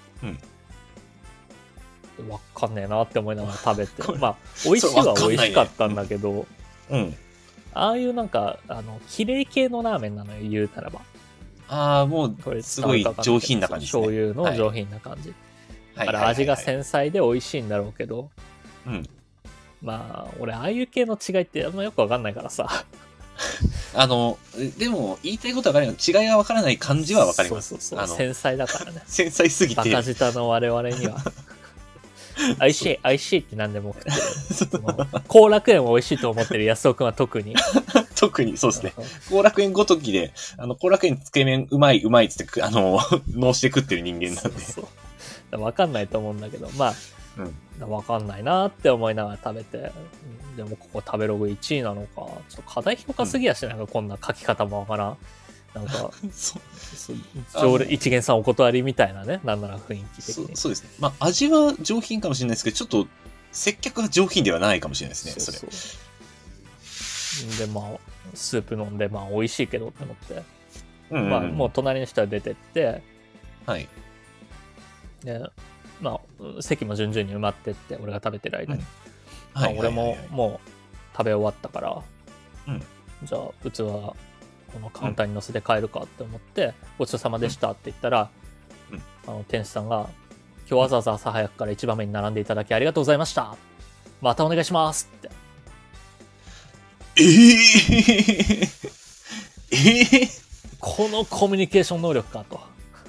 うん、わかんねえなって思いながら食べて、まあ、美味しいは美味しかったんだけど、うん、ああいうなんか、あの、綺麗系のラーメンなのよ、言うたらば。 ああ、もう、すごい上品な感じですね。 醤油の上品な感じ。はい、だから味が繊細で美味しいんだろうけど、うん。まあ、俺、ああいう系の違いってあんまよくわかんないからさ。 あの、でも、言いたいことは分かるけど、違いがわからない感じはわかります。 そうそうそう。繊細だからね。 繊細すぎて。 バカ舌の我々には。美味しい、美味しいって何でも食ってる。後楽園を美味しいと思ってる安尾くんは特に。 特に、そうですね。後楽園ごときで、あの、後楽園つけ麺うまい、うまいっつって、あの、脳して食ってる人間なんで。 そうそう。わかんないと思うんだけど、まあ、うん、わかんないなって思いながら食べて、うん、でもここ食べログいちいなのか、ちょっと課題評価すぎやしないか、うん、こんな書き方もわからん。なんか、そう一元さんお断りみたいなね、なんなら雰囲気的に。 そ, そうですね。まあ、味は上品かもしれないですけど、ちょっと接客は上品ではないかもしれないですね、そうそうそれ。で、まあ、スープ飲んで、まあ、美味しいけどって思って。うんうん、まあ、もう隣の人は出てって、 はい。 で、まあ、席も順々に埋まってって、俺が食べてる間に。まあ、俺ももう食べ終わったから、うん、じゃあ、器はこのカウンターに乗せて帰るかって思って、うん、ごちそうさまでしたって言ったら、うん、あの店主さんが、今日わざわざ朝早くから一番目に並んでいただきありがとうございました。またお願いしますって。 えー、えー、 このコミュニケーション能力かと。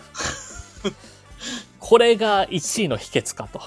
これがいちいの秘訣かと。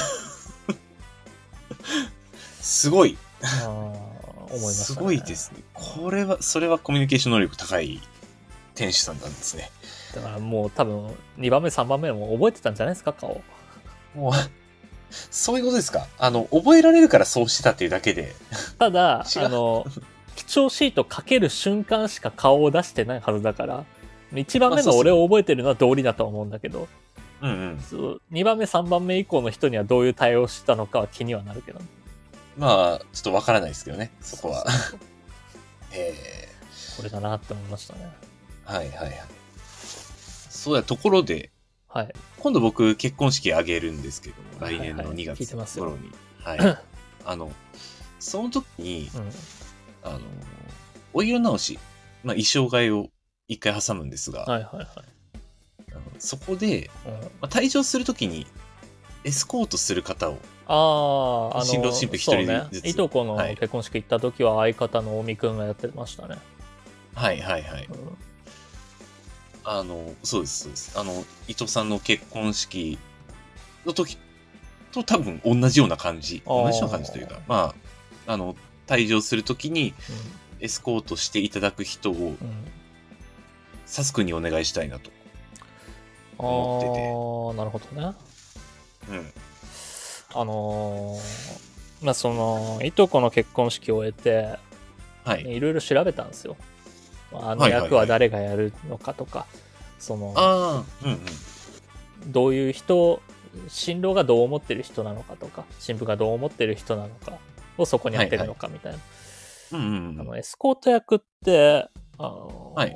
すごい。 あ思いましたね。 すごいですね。これは、それはコミュニケーション能力高い店主さんなんですね。 だからもう多分にばんめさんばんめも覚えてたんじゃないですか、顔。 もうそういうことですか。あの覚えられるからそうしてたっていうだけで。 ただあの記帳シートかける瞬間しか顔を出してないはずだから、いちばんめの俺を覚えてるのは道理だと思うんだけど、 うんうん、 そうにばんめさんばんめ以降の人にはどういう対応をしたのかは気にはなるけど、ね、 まあちょっとわからないですけどね、そこは。そうそうそうえー、これだなって思いましたね。 はいはいはい。そうや、ところで、 はい、 今度僕結婚式あげるんですけども、来年のにがつ頃に、はい、はい、あのその時に、うん、あのお色直し、まあ、衣装替えを一回挟むんですが、 はいはいはい、 そこで、うん、まあ、退場するときにエスコートする方を、 ああ、 新郎新婦一人ずつ、 ね、いとこの結婚式行った時は相方の大見くんがやってましたね。 はいはいはい。うん、あのそうですそうです。あの伊藤さんの結婚式の時と多分同じような感じ、同じような感じというか、まああの退場する時にエスコートしていただく人を、うん、サス君にお願いしたいなと思ってて。 ああ、なるほどね。 うん。 あのー、まあそのいとこの結婚式を終えて、 はい、 いろいろ調べたんですよ。あの役は誰がやるのかとか、はいはいはい、そのあ、うんうん、 どういう人、新郎がどう思ってる人なのかとか、新婦がどう思ってる人なのかをそこに当てるのかみたいな。 はいはい、うんうんうん、 あのエスコート役ってあの、 はい、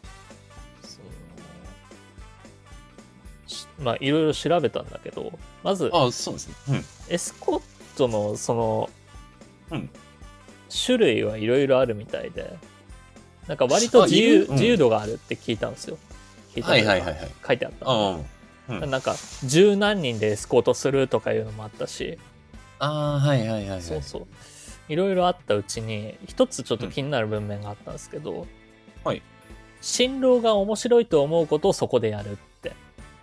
まあいろいろ調べたんだけど、まずあ、そうですね、うん、 エスコートのその、 うん、 種類はいろいろあるみたいで、なんか割と自由、うん、自由度があるって聞いたんですよ。聞いたはいはいはいはい。 書いてあった。 あ、うん、 なんか十何人でエスコートするとかいうのもあったし、 ああ、はいはいはいはい。 そうそう。 いろいろあったうちに一つちょっと気になる文面があったんですけど、 うん、はい。 新郎が面白いと思うことをそこでやるって。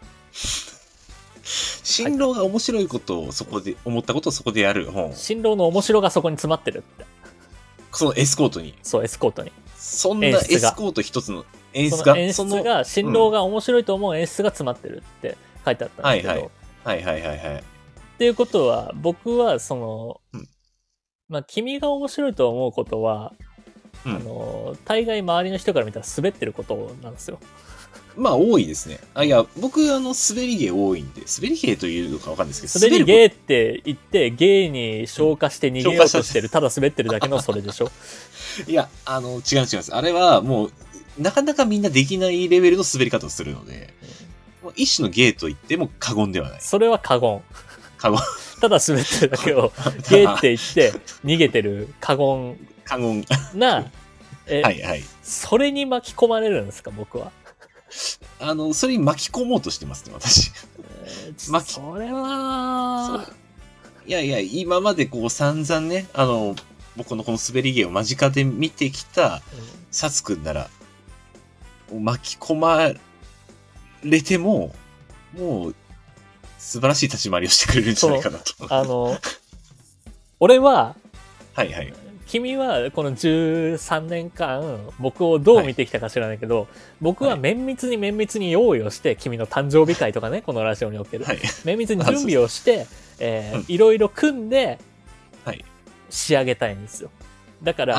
新郎が面白いことをそこで、思ったことをそこでやる。うん、 新郎の面白がそこに詰まってるって。 そのエスコートに。 そう、エスコートに。 そんなエスコート一つの演出が、 その演出が、新郎が面白いと思う演出が詰まってるって書いてあったんですけど。 はいはい。はいはいはいはい。 っていうことは、僕はその、 うん、 まあ、君が面白いと思うことは、うん、あの、大概周りの人から見たら滑ってることなんですよ。 まあ多いですね。あ、いや、僕、あの、滑り芸多いんで、滑り芸というのかわかんないですけど、 滑り芸って言って、芸に消化して逃げようとしてる、ただ滑ってるだけのそれでしょ。 いや、あの、違う違います。あれはもう、なかなかみんなできないレベルの滑り方をするので、うん、もう一種の芸と言っても過言ではない。 それは過言。 過言。 ただ滑ってるだけを、芸って言って逃げてる過言。 過言。 な、え、 はいはい。 それに巻き込まれるんですか、僕は。 あの、それに巻き込もうとしてますね、私。 えー、巻きそれは、 いやいや、今までこう散々ね、あの、僕のこの滑り芸を間近で見てきた、サツくんなら、巻き込まれても、もう、素晴らしい立ち回りをしてくれるんじゃないかなと。 あの、俺は、 はいはい。 君はこのじゅうさんねんかん僕をどう見てきたか知らないけど、はい、僕は綿密に綿密に用意をして、君の誕生日会とかね、このラジオにおける、はい、綿密に準備をして、えーうん、いろいろ組んで、はい、仕上げたいんですよ。だから、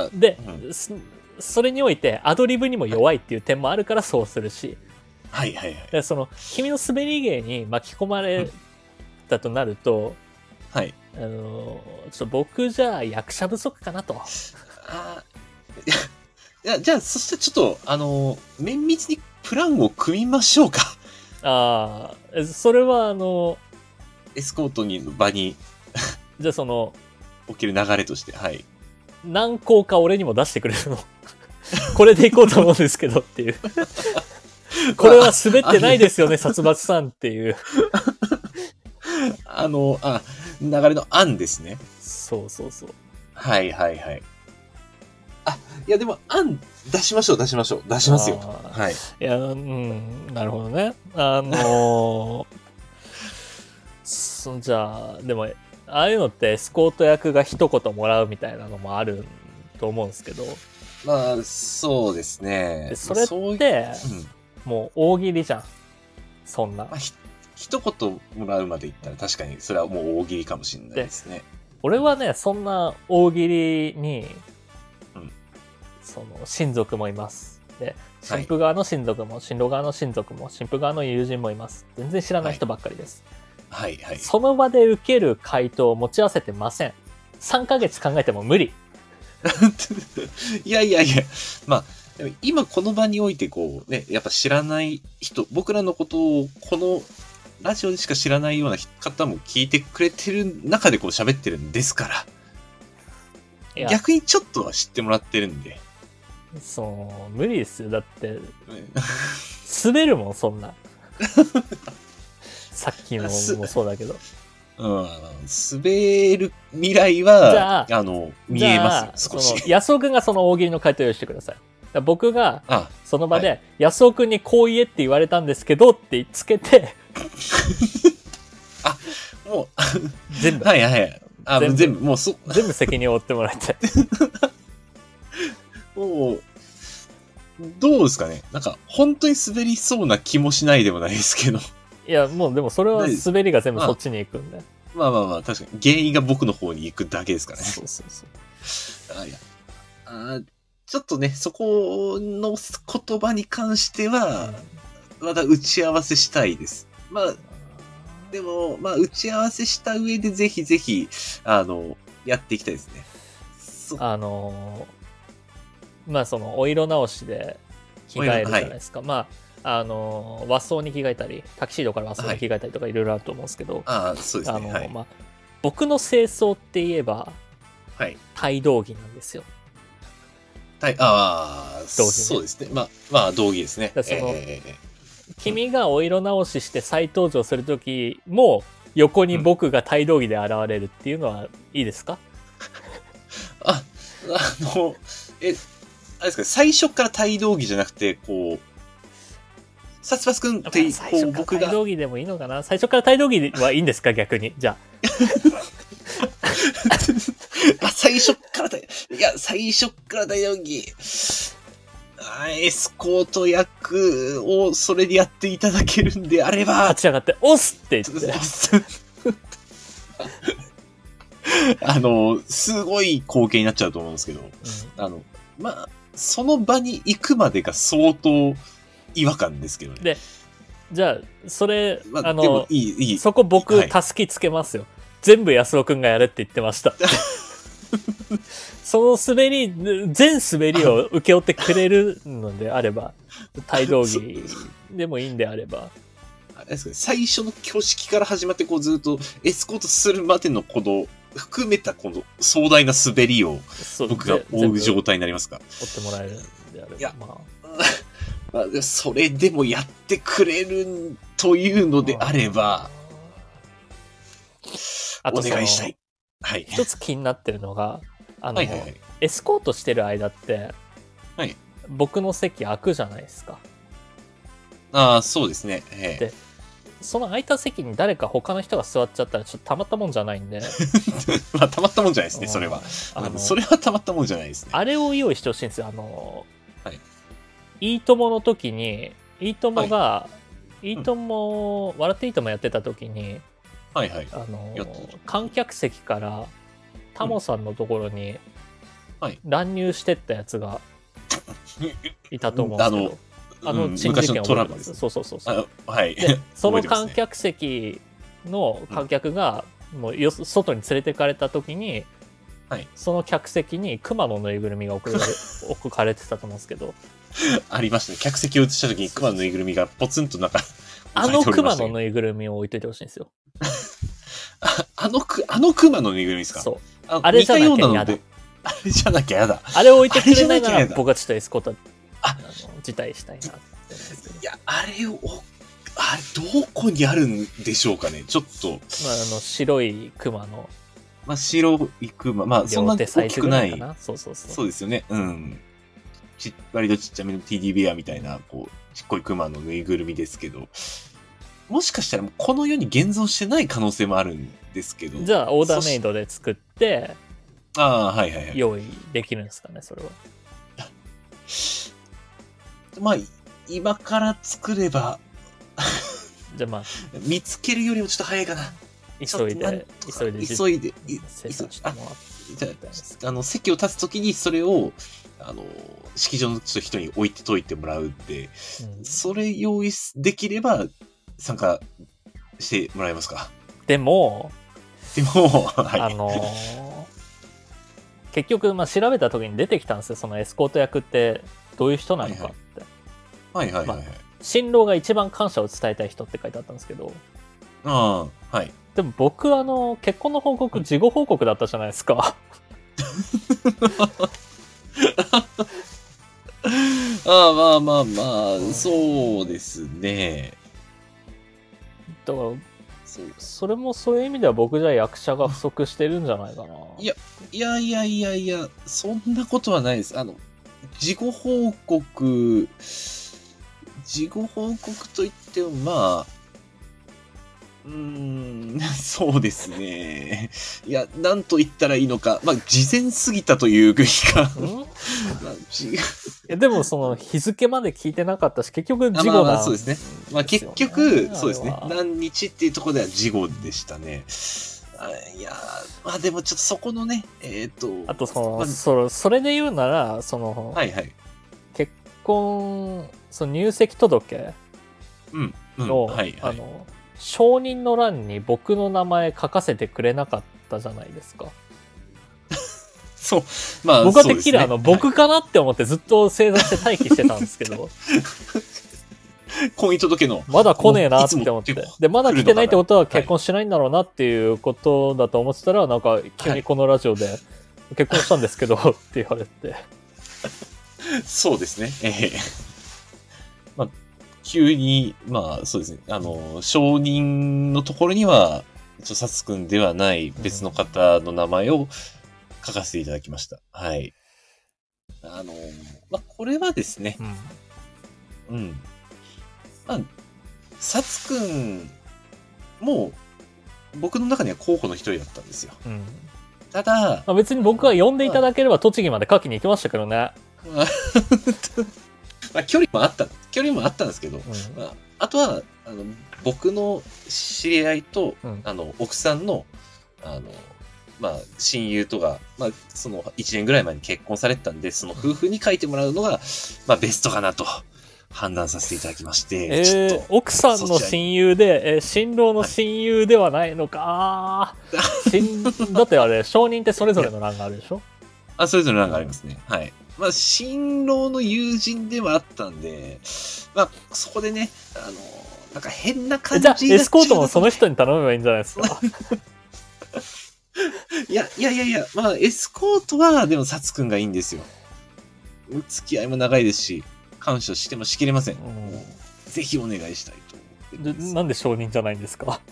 で、うん、それにおいてアドリブにも弱いっていう点もあるからそうするし、 はいはいはい。 でその君の滑り芸に巻き込まれたとなると、 うん、はい。 あのー、ちょっと僕じゃ役者不足かなと。 あいや、じゃあ、そしてちょっと、あのー、綿密にプランを組みましょうか。 ああ、それはあのー、エスコートに場にじゃあその、 起きる流れとして、はい。 何校か俺にも出してくれるの。これでいこうと思うんですけどっていう。これは滑ってないですよね、殺伐さんっていう。 あの、あ、流れの案ですね。 そうそうそう。 はいはいはい。あ、いやでも案出しましょう出しましょう。出しますよ。はい。 いや、うん、なるほどね。あのー、そじゃあ、でも、ああいうのってエスコート役が一言もらうみたいなのもあると思うんですけど。 まあ、そうですね。 それって、う、うん、もう大喜利じゃん。そんな。まあ一言もらうまで言ったら確かにそれはもう大喜利かもしれないですね。 俺はね、そんな大喜利に、うん、その親族もいます。で、新婦側の親族も、はい、新郎側の親族も、新婦側の友人もいます。全然知らない人ばっかりです。 はい、はい、はい。 その場で受ける回答を持ち合わせてません。さんかげつ考えても無理。 いやいやいや、まあ、でも今この場においてこうね、やっぱ知らない人、僕らのことをこのラジオでしか知らないような方も聞いてくれてる中でこう喋ってるんですから。逆にちょっとは知ってもらってるんで。 そう、無理ですよ。だって、滑るもん、そんな。さっきのもそうだけど。 うん、滑る未来は、じゃあ、あの、見えます、少し。 その安尾くんがその大喜利の回答をしてください。僕が、その場で、はい、安尾くんにこう言えって言われたんですけどってつけて、 あ、もう、 全部。 はいはい。あ、全部、全部もうそ、 全部責任を負ってもらいたい。 もう、どうですかね。なんか、本当に滑りそうな気もしないでもないですけど。 いや、もうでもそれは滑りが全部そっちに行くんで。 まあまあまあ、確かに。原因が僕の方に行くだけですからね。 そうそうそう。 あ、いや。あ、ちょっとね、そこの言葉に関しては、また打ち合わせしたいです。まあ、でも、まあ、打ち合わせした上でぜひぜひ、あの、やっていきたいですね。 あの、まあ、その、お色直しで着替えるじゃないですか。はい、まあ、あの、和装に着替えたり、タキシードから和装に着替えたりとかいろいろあると思うんですけど、 ああ、そうですね。 あの、 はい、 まあ、僕の清掃って言えば、 はい。 帯同着なんですよ。 帯、ああ、ね、そうですね。まあ、まあ、道着ですね。 その、えー、君がお色直しして再登場するときも、横に僕が帯同着で現れるっていうのはいいですか？ あの、え、あれですか、最初から帯同儀じゃなくて、こう、サツパスくんって、こう、僕が。 帯同儀でもいいのかな。最初から帯同儀はいいんですか、逆に。じゃあ。最初からだ、いや、最初から帯同儀。エスコート役をそれでやっていただけるんであれば。 立ち上がって、押すって言って。 あの、すごい光景になっちゃうと思うんですけど、うん、あの、まあ、その場に行くまでが相当違和感ですけどね。 で、じゃあ、それ、 まあ、 あの、 でもいい、いい。 そこ僕、はい、たすきつけますよ。全部安尾くんがやれって言ってました。その滑り、全滑りを請け負ってくれるのであれば、帯同儀でもいいんであれば。 あれですかね、最初の挙式から始まって、こうずっとエスコートするまでのこの、含めたこの壮大な滑りを僕が追う状態になりますか？ 追ってもらえるんであれば。 いや、 まあ、 まあ、それでもやってくれるというのであれば、 あとお願いしたい。はい。 一つ気になってるのが、あの、 はいはいはい、 エスコートしてる間って、 はい、 僕の席空くじゃないですか。 ああ、そうですね。えで、その空いた席に誰か他の人が座っちゃったらちょっとたまったもんじゃないんで。 まあ、たまったもんじゃないですね、それは。あのそれはたまったもんじゃないですね。 あれを用意してほしいんですよ。あの、 はい。 いいともの時に、いいともが、はい、いいとも、うん、笑っていいともやってた時に、 はいはい。 あの、観客席からタモさんのところに乱入してったやつがいたと思うんですけど、うん、あの、珍事件を覚えてます。そうそうそうそう。 はい。 で、その観客席の観客が、もうよ外に連れてかれた時に、 はい、 その客席に熊のぬいぐるみが置かれ置かれてたと思うんですけど。 ありましたね。客席を移した時に熊のぬいぐるみがポツンとなんかあの熊のぬいぐるみを置いといてほしいんですよ。 あ, あのく、あの熊のぬいぐるみですか？ そう。あ, あれじゃなきゃ嫌だ。 あれじゃなきゃ嫌だ。 あれを置いてくれないなら僕はちょっとエスコートあの辞退したいなって思うんですけど。 いや、あれを、あれどこにあるんでしょうかね。ちょっと。まあ、 あの、白い熊の。 まあ、白い熊。まあ、そんな大きくない。 そうそうそう。 そうですよね。うん。ち割とちっちゃめの ティーディー ベアみたいな、こう、ちっこい熊のぬいぐるみですけど、もしかしたらこの世に現存してない可能性もあるんですけど。 じゃあ、オーダーメイドで作って、 ああ、はいはいはい。 用意できるんですかね、それは。 まあ、今から作れば、 じゃあまあ、 見つけるよりもちょっと早いかな。 急いで、急いで、 急いで、 生産してもらって。 じゃあ、あの、席を立つときにそれを、あの、式場の人に置いてといてもらうって、うん、それ用意できれば参加してもらえますか？ でも、 でも、はい、 あのー、結局、まあ、調べた時に出てきたんですよ。そのエスコート役ってどういう人なのかって。 はいはい。はいはいはい、はい。 まあ、新郎が一番感謝を伝えたい人って書いてあったんですけど。 ああ、はい。 でも僕、あの、結婚の報告、事後報告だったじゃないですか。 ああ、まあまあまあ、そうですね。 だから、そ, それもそういう意味では僕じゃ役者が不足してるんじゃないかな。 いや、いやいやいやいや、そんなことはないです。あの、事後報告、事後報告といっても、まあ、うーん、そうですね。いや、なんと言ったらいいのか。まあ、事前すぎたというべきか。まあ、違う。いやでも、その、日付まで聞いてなかったし、結局、事後な、 まあ、そうですね。まあ、結局、そうですね。何日っていうところでは事後でしたね。あいやまあ、でもちょっとそこのね、えっ、ー、と。 あと、その、まあ、そ、それで言うなら、その、 はいはい。 結婚、その入籍届うん、うん、 の、 はいはい、 あの、承認の欄に僕の名前書かせてくれなかったじゃないですか。 そう。まあ、 僕はてっきり、ね、あの、 はい、 僕かなって思ってずっと正座して待機してたんですけど。 婚姻届の。 まだ来ねえなって思って。で、まだ来てないってことは結婚しないんだろうなっていうことだと思ってたら、はい、なんか急にこのラジオで結婚したんですけどって言われて。 そうですね。ええまあ急に、まあそうですね、あの、承認のところには、ちょ、サツくんではない別の方の名前を書かせていただきました。はい。あの、まあ、これはですね、うん。うん。まあ、サツくんも、僕の中には候補の一人だったんですよ。うん、ただ、 まあ、別に僕は呼んでいただければ栃木まで書きに行きましたけどね。 まあ、まあ距離もあった、距離もあったんですけど、うん、まあ、あとは、あの、僕の知り合いと、うん、あの、奥さんの、あの、まあ、親友とか、まあ、そのいちねんぐらい前に結婚されてたんで、その夫婦に書いてもらうのが、まあ、ベストかなと判断させていただきまして、 えー、ちょっと奥さんの親友で、えー、新郎の親友ではないのか。はい、だってあれ、証人ってそれぞれの欄があるでしょ？ あ、それぞれの欄がありますね。はい。まあ、新郎の友人ではあったんで、まあ、そこでね、あの、なんか変な感じで。 じゃあ、エスコートもその人に頼めばいいんじゃないですか。 いや、いやいやいや、まあ、エスコートは、でも、サツくんがいいんですよ。付き合いも長いですし、感謝してもしきれません。うん、ぜひお願いしたいと思ってます。 なんで証人じゃないんですか？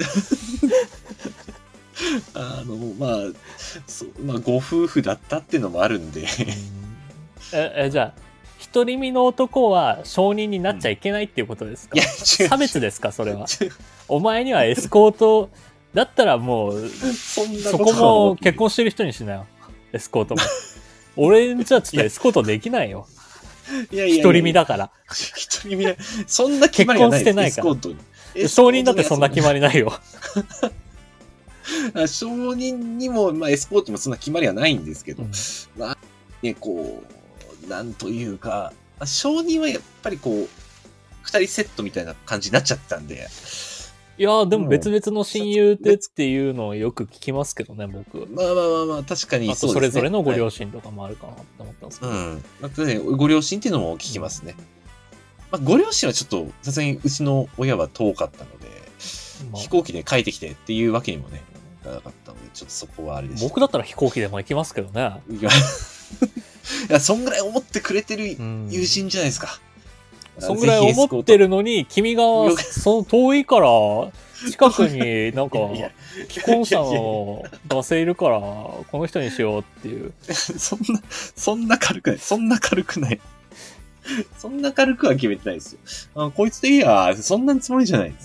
あの、まあ、そう、まあ、ご夫婦だったっていうのもあるんで。 え、え、じゃあ、独り身の男は証人になっちゃいけないっていうことですか？うん、いや、差別ですか、それは。お前にはエスコート、だったらもう、そんなそこも結婚してる人にしなよ。エスコートも。俺じゃちょっとエスコートできないよ。いやいや。独り身だから。 独り身だ。そんな決まりはない。 結婚してないから。エスコートに。証人だってそんな決まりないよ。 証人にも、まあ、エスコートもそんな決まりはないんですけど、うん、まあ、ね、こう、なんというか、証人はやっぱりこう、二人セットみたいな感じになっちゃったんで。 いやでも別々の親友でっていうのをよく聞きますけどね、僕。 まあまあまあまあ、確かにそうですね。 あとそれぞれのご両親とかもあるかなって思ったんですけど。はい、うん。 まあ、ね、ご両親っていうのも聞きますね。まあ、ご両親はちょっと、さすがにうちの親は遠かったので、まあ、飛行機で帰ってきてっていうわけにもね、なかったので、ちょっとそこはあれでした。 僕だったら飛行機でも行きますけどね。 いや、いやそんぐらい思ってくれてる友人じゃないですか。 そんぐらい思ってるのに、君がその遠いから、近くになんか、既婚者の男性いるから、この人にしようっていう。 そんな、そんな軽くない。そんな軽くない。そんな軽くは決めてないですよ。あこいつでいいや、そんなつもりじゃないです。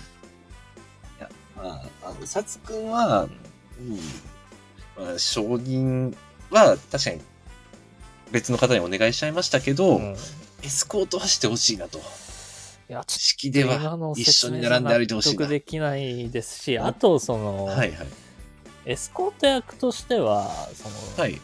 うん、いや、まあ、あの、サツくんは、うん、まあ、承認は確かに別の方にお願いしちゃいましたけど、うん、エスコートはしてほしいなと。 いや、 式では一緒に並んで歩いてほしいな。 納得できないですし、あとその、はいはい、エスコート役としては、その、はい、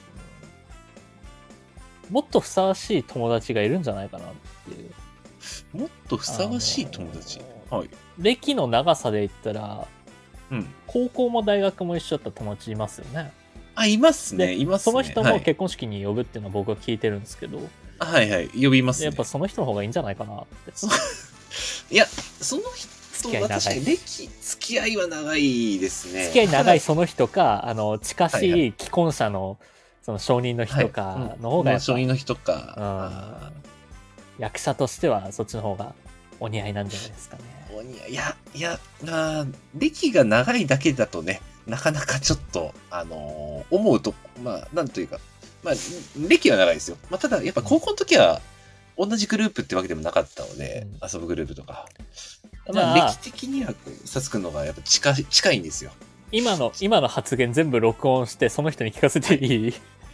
もっとふさわしい友達がいるんじゃないかなっていう。 もっとふさわしい友達、はい、 歴の長さで言ったら、うん、高校も大学も一緒だった友達いますよね。 あ、いますね、いますね。 その人も結婚式に呼ぶっていうのは僕は聞いてるんですけど、 はいはい、呼びますね。 やっぱその人の方がいいんじゃないかなって。 いや、その人は確かに歴、付き合いは長いですね。 付き合い長いその人か、あの、近しい既婚者の、その証人の人かの方がやっぱ、 証人の人か、 うん、役者としてはそっちの方がお似合いなんじゃないですかね。 お似合い、いや、いや、あ歴が長いだけだとね、なかなかちょっと、あのー、思うと、まあ、なんというか、まあ、歴は長いですよ。まあ、ただ、やっぱ高校の時は、同じグループってわけでもなかったので、うん、遊ぶグループとか。まあ、歴的には、サツくんの方がやっぱ近い、近いんですよ。 今の、今の発言全部録音して、その人に聞かせていい？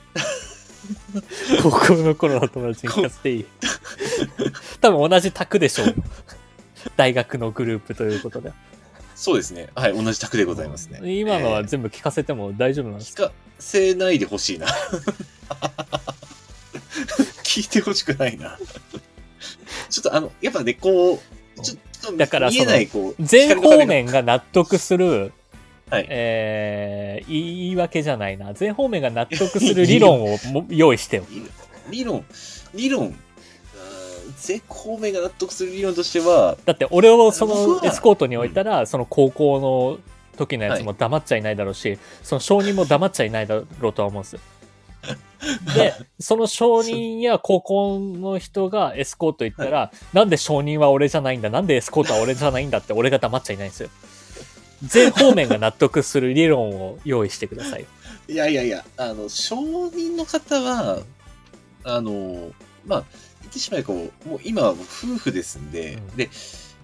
高校の頃の友達に聞かせていい？多分同じ卓でしょう。大学のグループということで。 そうですね。はい、同じ卓でございますね。 今のは全部聞かせても大丈夫なんですか？ 聞かせないでほしいな。聞いてほしくないな。ちょっとあの、やっぱね、こう、ちょっとだから見えない、こう、全方面が納得する、はい、えー、言い訳じゃないな。全方面が納得する理論をも用意してよ。 理論、理論、全方面が納得する理論としては、 だって俺をそのエスコートに置いたら、うん、その高校の時のやつも黙っちゃいないだろうし、はい、その証人も黙っちゃいないだろうとは思うんですよ。で、その証人や高校の人がエスコート行ったら、はい、なんで証人は俺じゃないんだ、なんでエスコートは俺じゃないんだって俺が黙っちゃいないんですよ。全方面が納得する理論を用意してください。 いやいやいや、あの、証人の方は、あの、まあ、言ってしまえばこう、もう今はもう夫婦ですんで、 うんで、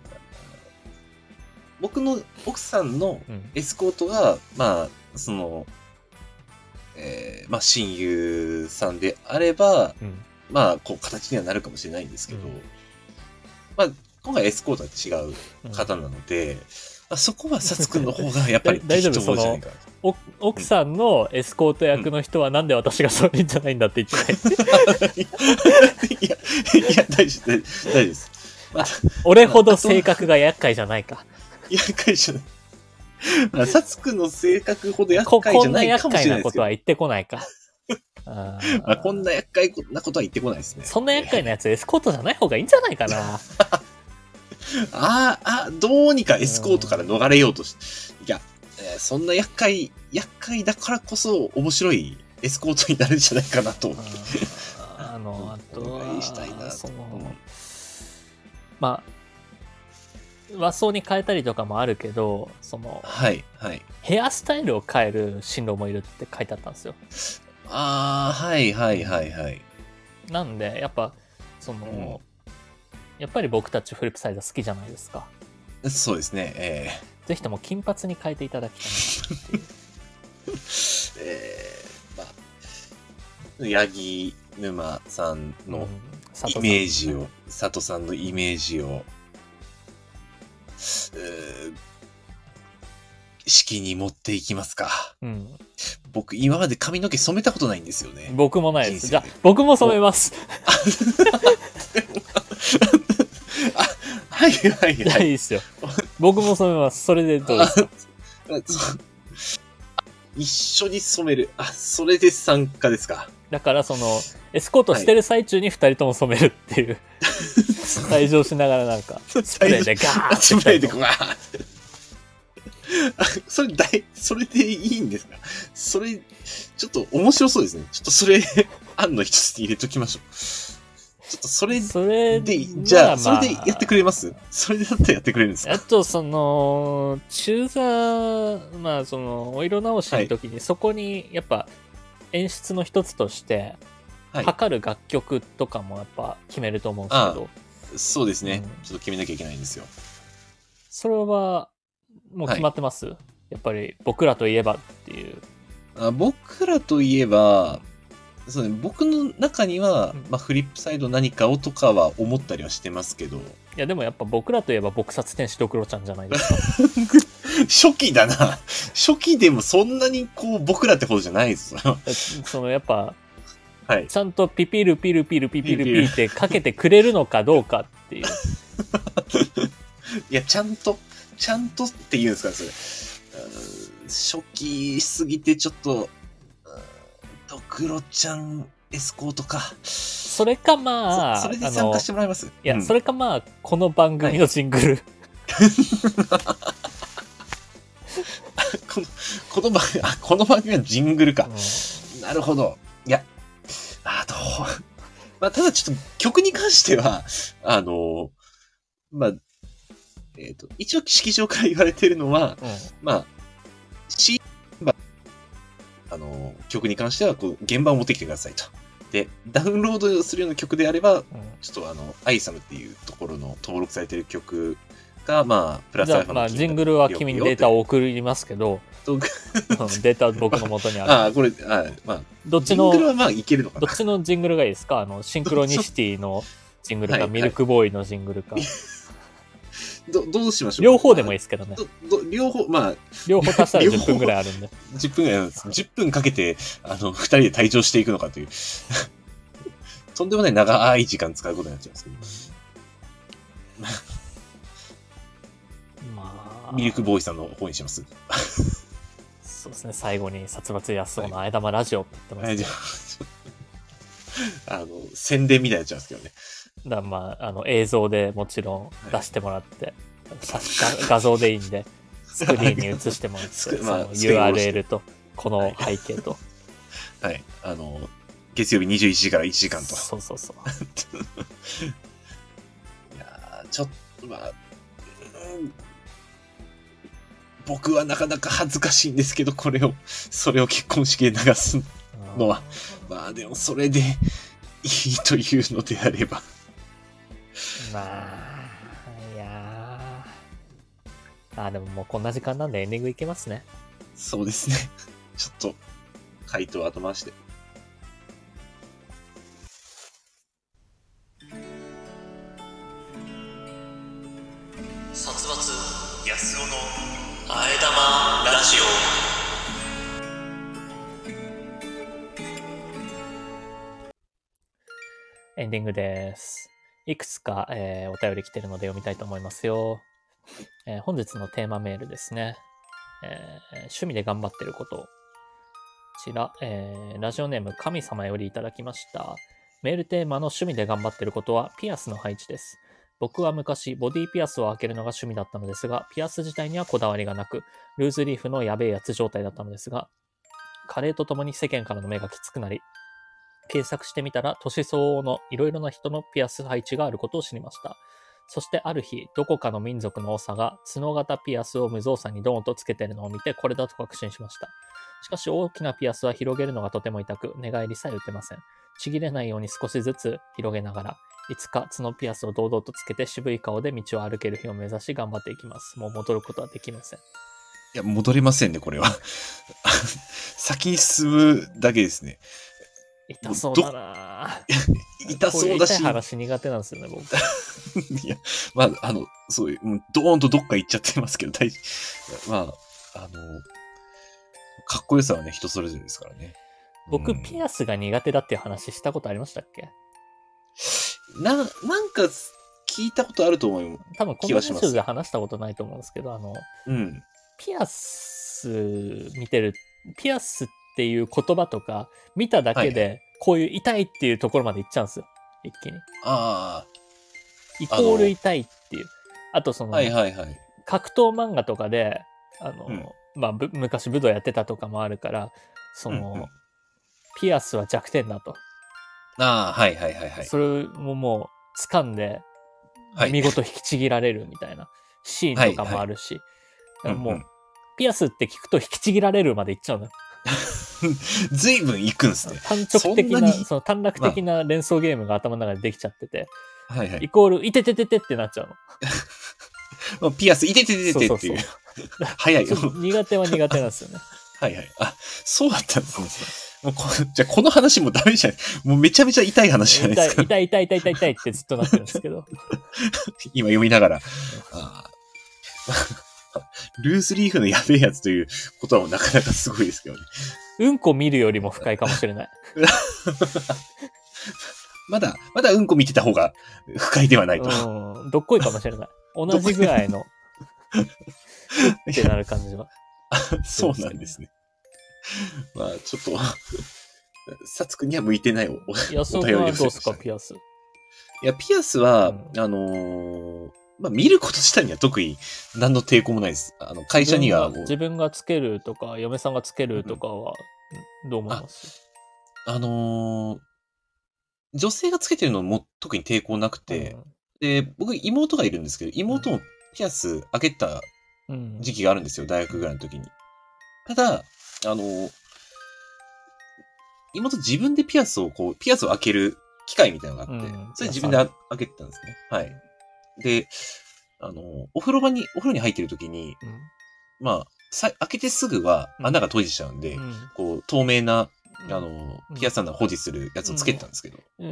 僕の奥さんのうんエスコートが、まあ、その、えーまあ、親友さんであれば、 うんまあ、こう、形にはなるかもしれないんですけど、 うんまあ、今回エスコートは違ううん方なので、まあ、そこはサツくんの方がやっぱり大丈夫適当じゃないかな。 お奥さんのエスコート役の人はなんで私がそういうんじゃないんだって言ってないいや、いや、大丈夫、大丈夫です。まあ、 俺ほど性格が厄介じゃないか。 厄介じゃない。まあ、サツくんの性格ほど厄ここんな介じゃないか厄介なもしれないですけど。 ことは言ってこないか。あーまあ、こんな厄介なことは言ってこないですね。 そんな厄介なやつエスコートじゃない方がいいんじゃないかな。 ああ、あどうにかエスコートから逃れようとして。いや、えーそんな厄介、厄介だからこそ面白いエスコートになるんじゃないかなと。 ああの、あとお願いしたいなは、そと。うんの、まあ、和装に変えたりとかもあるけど、その、 はい、はい。 ヘアスタイルを変える新郎もいるって書いてあったんですよ。 ああ、はい、はい、はい、はい。 なんで、やっぱ、その、やっぱり僕たちフリップサイド好きじゃないですか。 そうですね。えぜひとも金髪に変えていただきたいなっていう。 ー、えー、まあ、八木沼さんのうん佐藤さんイメージを、佐藤さんのイメージを、うー式に持っていきますか。 うん。 僕、今まで髪の毛染めたことないんですよね。 僕もないです。 人生でじゃあ、僕も染めます。 あ、はいはいじゃあはいい。 いですよ。僕も染めます。それでどうですか？ あそう一緒に染める。あ、それで参加ですか。 だから、その、エスコートしてる最中に二人とも染めるっていう。退場しながらなんか、スプレーでガーッてスプレーでこう、わーってあそれだい、それでいいんですか？それ、ちょっと面白そうですね。ちょっとそれ、案の一つに入れときましょう。ちょっとそれそれで、じゃあ、そまれでやってくれますそれだったらやってくれるんですか？ あと、その、中座、まあ、その、お色直しの時に、そこに、やっぱ、演出の一つとして、 はい。 かかる楽曲とかもやっぱ決めると思うんですけど、 そうですね、 うんちょっと決めなきゃいけないんですよ。 それは、もう決まってます、やっぱり、僕らといえばっていう。 あ僕らといえば、そうね、僕の中には、 うんまあ、フリップサイド何かをとかは思ったりはしてますけど、 いや、でもやっぱ僕らといえば、撲殺天使ドクロちゃんじゃないですか。 初期だな。初期でもそんなにこう、僕らってことじゃないですよ。 その、やっぱ、 はい。 ちゃんとピピルピルピルピピルピルってかけてくれるのかどうかっていう。 いや、ちゃんと、ちゃんとって言うんですか、それ。うん初期すぎてちょっと、うんドクロちゃんエスコートか。 それかまあ、 そそれであの参加してもらいます。 いや、 うんそれかまあ、この番組のジングル。 この、この番組、あ、この番組はジングルか。 うんなるほど。いや、あどう、まあ、ただちょっと曲に関しては、あの、まあ、えっ、と、一応式場から言われてるのは、 うんまあ、C、あの、曲に関しては、こう、現場を持ってきてくださいと。で、ダウンロードするような曲であれば、 うんちょっとあの、アイサムっていうところの登録されてる曲が、まあ、プラスじゃあ、まあ、 アルファの金額ジングルは君にデータを送りますけど、 とうんデータは僕の元にある。 ああ、これ、あまあ、 どっちのジング、ルはまあいけるのかな。 どっちのジングルがいいですか？あの、シンクロニシティのジングルか、 はいミルクボーイのジングルか。 どどうしましょう。 両方でもいいですけどね。 どど両方、まあ、 両方足したら両方じゅっぷんぐらいあるんで。 じゅっぷんぐらいなんです。じゅっぷんかけて、あの、二人で退場していくのかという。とんでもない長い時間使うことになっちゃうんですけど。 まあ、 ミルクボーイさんの方にします。 そうですね、最後に殺伐安そうなあえ玉ラジオって言ってはい、 ますじゃあ、あの、宣伝みたいになっちゃうんですけどね。 けど、だからまあ、あの映像でもちろん出してもらって、写画画像でいいんで、スクリーンに映してもらって、 スクそのまあスクリーンユーアール下ろしてエル と、この背景と。 はい。あの、月曜日にじゅういちじからいちじかんと。 そうそうそう。 いやーちょっと、まあ、うん僕はなかなか恥ずかしいんですけど、これを、それを結婚式で流すのは、まあでもそれでいいというのであれば。 まあ、いやー。あ、でももうこんな時間なんでエンディングいけますね。 そうですね。ちょっと、回答後回して。 殺伐安尾のあえ玉ラジエンディングです。いくつか、えー、お便り来てるので読みたいと思いますよ。えー、本日のテーマメールですね。えー、趣味で頑張ってること。こちら、えー、ラジオネーム神様よりいただきました。メールテーマの趣味で頑張ってることはピアスの配置です。僕は昔ボディピアスを開けるのが趣味だったのですが、ピアス自体にはこだわりがなく、ルーズリーフのやべえやつ状態だったのですが、加齢とともに世間からの目がきつくなり、検索してみたら年相応のいろいろな人のピアス配置があることを知りました。そしてある日、どこかの民族の長が角型ピアスを無造作にドーンとつけているのを見て、これだと確信しました。しかし大きなピアスは広げるのがとても痛く、寝返りさえ打てません。ちぎれないように少しずつ広げながら、いつか角ピアスを堂々とつけて渋い顔で道を歩ける日を目指し頑張っていきます。もう戻ることはできません。 いや、戻れませんね、これは。先に進むだけですね。 痛そうだな痛そうだし。 痛い話苦手なんですよね、僕。 いや、まあ、あの、そういう、ドーンとどっか行っちゃってますけど、大まあ、あの、かっこよさはね、人それぞれですからね。 僕、 うん、 ピアスが苦手だっていう話したことありましたっけ？ な、なんか、聞いたことあると思う多分、このラジオで話したことないと思うんですけど、あの、 うん、 ピアス見てる、ピアスっていう言葉とか、見ただけで、こういう痛いっていうところまで行っちゃうんですよ。一気に。 ああ。 イコール痛いっていう。あと、その、 はいはいはい。 格闘漫画とかで、あの、 うん、 まあ、昔武道やってたとかもあるから、その、 うんうん、 ピアスは弱点だと。 ああ、はいはいはいはい。 それももう掴んで、見事引きちぎられるみたいなシーンとかもあるし、はいはい、もう、うんうん、ピアスって聞くと引きちぎられるまでいっちゃうの。 ずいぶん行くんすね。 単直的な、そ, その短絡的な連想ゲームが頭の中でできちゃってて、 まあ、はいはい、 イコール、いててててってなっちゃうの。ピアス、いててててっていう。早いよ。 苦手は苦手なんですよね。 はいはい。あ、そうだったんですね。もうこじゃあこの話もダメじゃない。もうめちゃめちゃ痛い話じゃないですか。 痛い痛い痛い痛い痛いってずっとなってるんですけど。 今読みながら。あルースリーフのやべえやつということはもなかなかすごいですけどね。 うんこ見るよりも深いかもしれない。まだ、まだうんこ見てた方が不快ではないと。 うん、どっこいかもしれない。同じぐらいの、ってなる感じは。 そうなんですね。まあ、ちょっと、サツくんには向いてないお、お便りです。 安岡はどうですか、ピアス。 いや、ピアスは、うん、あのー、まあ、見ること自体には特に何の抵抗もないです。あの、会社にはもう。 自分がつけるとか、嫁さんがつけるとかは、どう思います？ あ、あのー、女性がつけてるのも特に抵抗なくて、うん、で、僕妹がいるんですけど、妹もピアス開けた時期があるんですよ、うん、大学ぐらいの時に。ただ、あのー、妹自分でピアスをこう、ピアスを開ける機械みたいなのがあって、うん、それ自分で開けてたんですね。はい。で、あの、お風呂場に、お風呂に入ってる時に、うん、まあ、さ、開けてすぐは穴が閉じちゃうんで、うん、こう、透明な、あの、ピアス穴を保持するやつをつけてたんですけど。うん。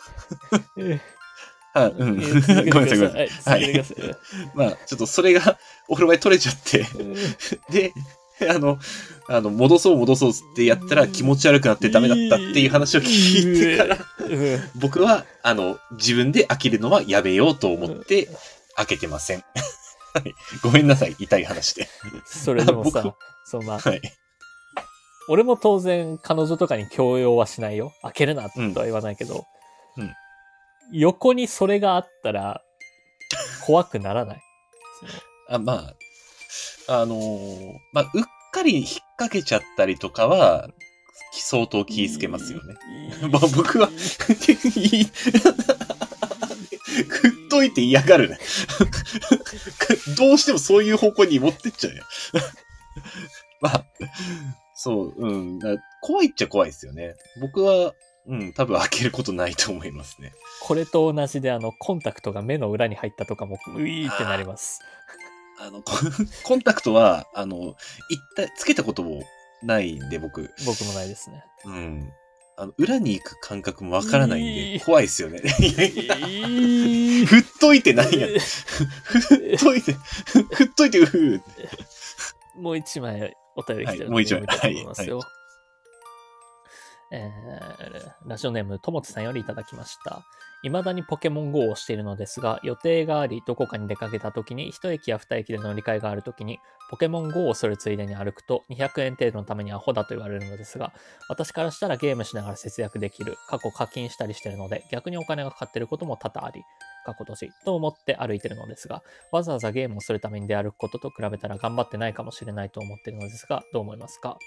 はい、うん。ごめんなさい、ごめんなさい。はい。まあ、ちょっとそれがお風呂場に取れちゃって、で、あの、あの、戻そう戻そうってやったら気持ち悪くなってダメだったっていう話を聞いてから、僕は、あの、自分で開けるのはやめようと思って開けてません。はい。ごめんなさい、痛い話で。 それでもさ、そうまあ、はい、俺も当然彼女とかに強要はしないよ。開けるなとは言わないけど、うんうん、横にそれがあったら怖くならない？ あ、まあ、あのー、まあ、うっかり引っ掛けちゃったりとかは、相当気ぃつけますよね。まあ、僕は、振っといて嫌がるね。 どうしてもそういう方向に持ってっちゃうよ。まあ、そう、うん。だ怖いっちゃ怖いですよね。僕は、うん、多分開けることないと思いますね。 これと同じで、あの、コンタクトが目の裏に入ったとかも、ういーってなります。 あの、コンタクトは、あの、一体、つけたこともないんで、僕。 僕もないですね。 うん。あの、裏に行く感覚もわからないんで、怖いですよね。振っといてないやん。振っといて、振っといて、うーもう一枚お便り来てるので、 はい、もう一枚。 はい。はい、 はいえー、ラジオネームともつさんよりいただきました。未だにポケモン ゴー をしているのですが、予定がありどこかに出かけた時に一駅や二駅で乗り換えがある時にポケモン ゴー をするついでに歩くとにひゃくえん程度のためにアホだと言われるのですが、私からしたらゲームしながら節約できる、過去課金したりしているので逆にお金がかかっていることも多々あり、過去年と思って歩いているのですが、わざわざゲームをするために出歩くことと比べたら頑張ってないかもしれないと思っているのですが、どう思いますか？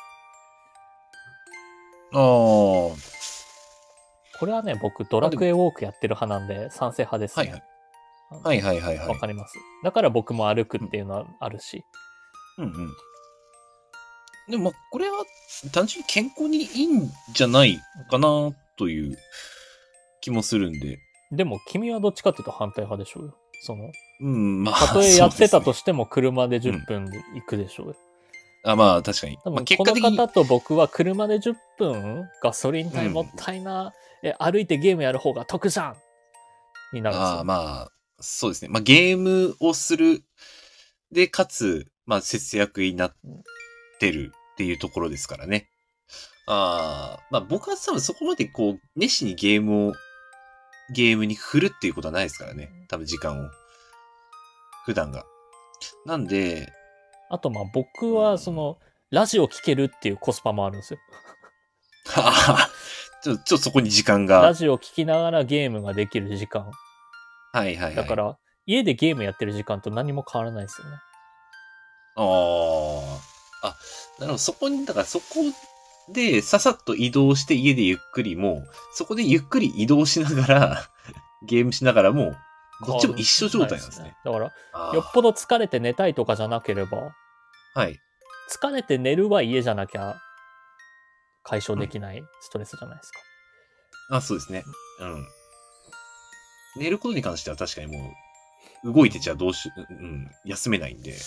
ああ。 これはね、僕、ドラクエウォークやってる派なんで、賛成派ですね。 はいはい。はいはいはいはい。 わかります。だから僕も歩くっていうのはあるし。 うん、うん、うん。でも、まあ、これは単純に健康にいいんじゃないかなという気もするんで。 でも、君はどっちかっていうと反対派でしょうよ。その、 うん、まあ。 たとえやってたとしても車でじゅっぷんで行くでしょうよ。 うん、あ、まあ、確かに。 多分、 まあ、 この方と僕は車でじゅっぷん、ガソリン代もったいな、うん、え、歩いてゲームやる方が得じゃんになるんですよ。 ああ、まあ、そうですね。まあ、ゲームをする。で、かつ、まあ、節約になってるっていうところですからね。ああ、まあ、僕は多分そこまでこう、熱心にゲームを、ゲームに振るっていうことはないですからね。多分時間を。普段が。なんで、 あと、まあ、僕は、その、ラジオ聞けるっていうコスパもあるんですよ。 ははちょっと、ちょっとそこに時間が。 ラジオ聞きながらゲームができる時間。 はいはいはい。 だから、家でゲームやってる時間と何も変わらないですよね。 ああ。あ、なるほど。そこに、だからそこでささっと移動して家でゆっくりも、そこでゆっくり移動しながら、ゲームしながらも、どっちも一緒状態なんですね。 だから、よっぽど疲れて寝たいとかじゃなければ、 はい。 疲れて寝るは家じゃなきゃ解消できないストレスじゃないですか。 うん、あ、そうですね。うん。寝ることに関しては確かにもう、動いてちゃどうし、うん、休めないんで。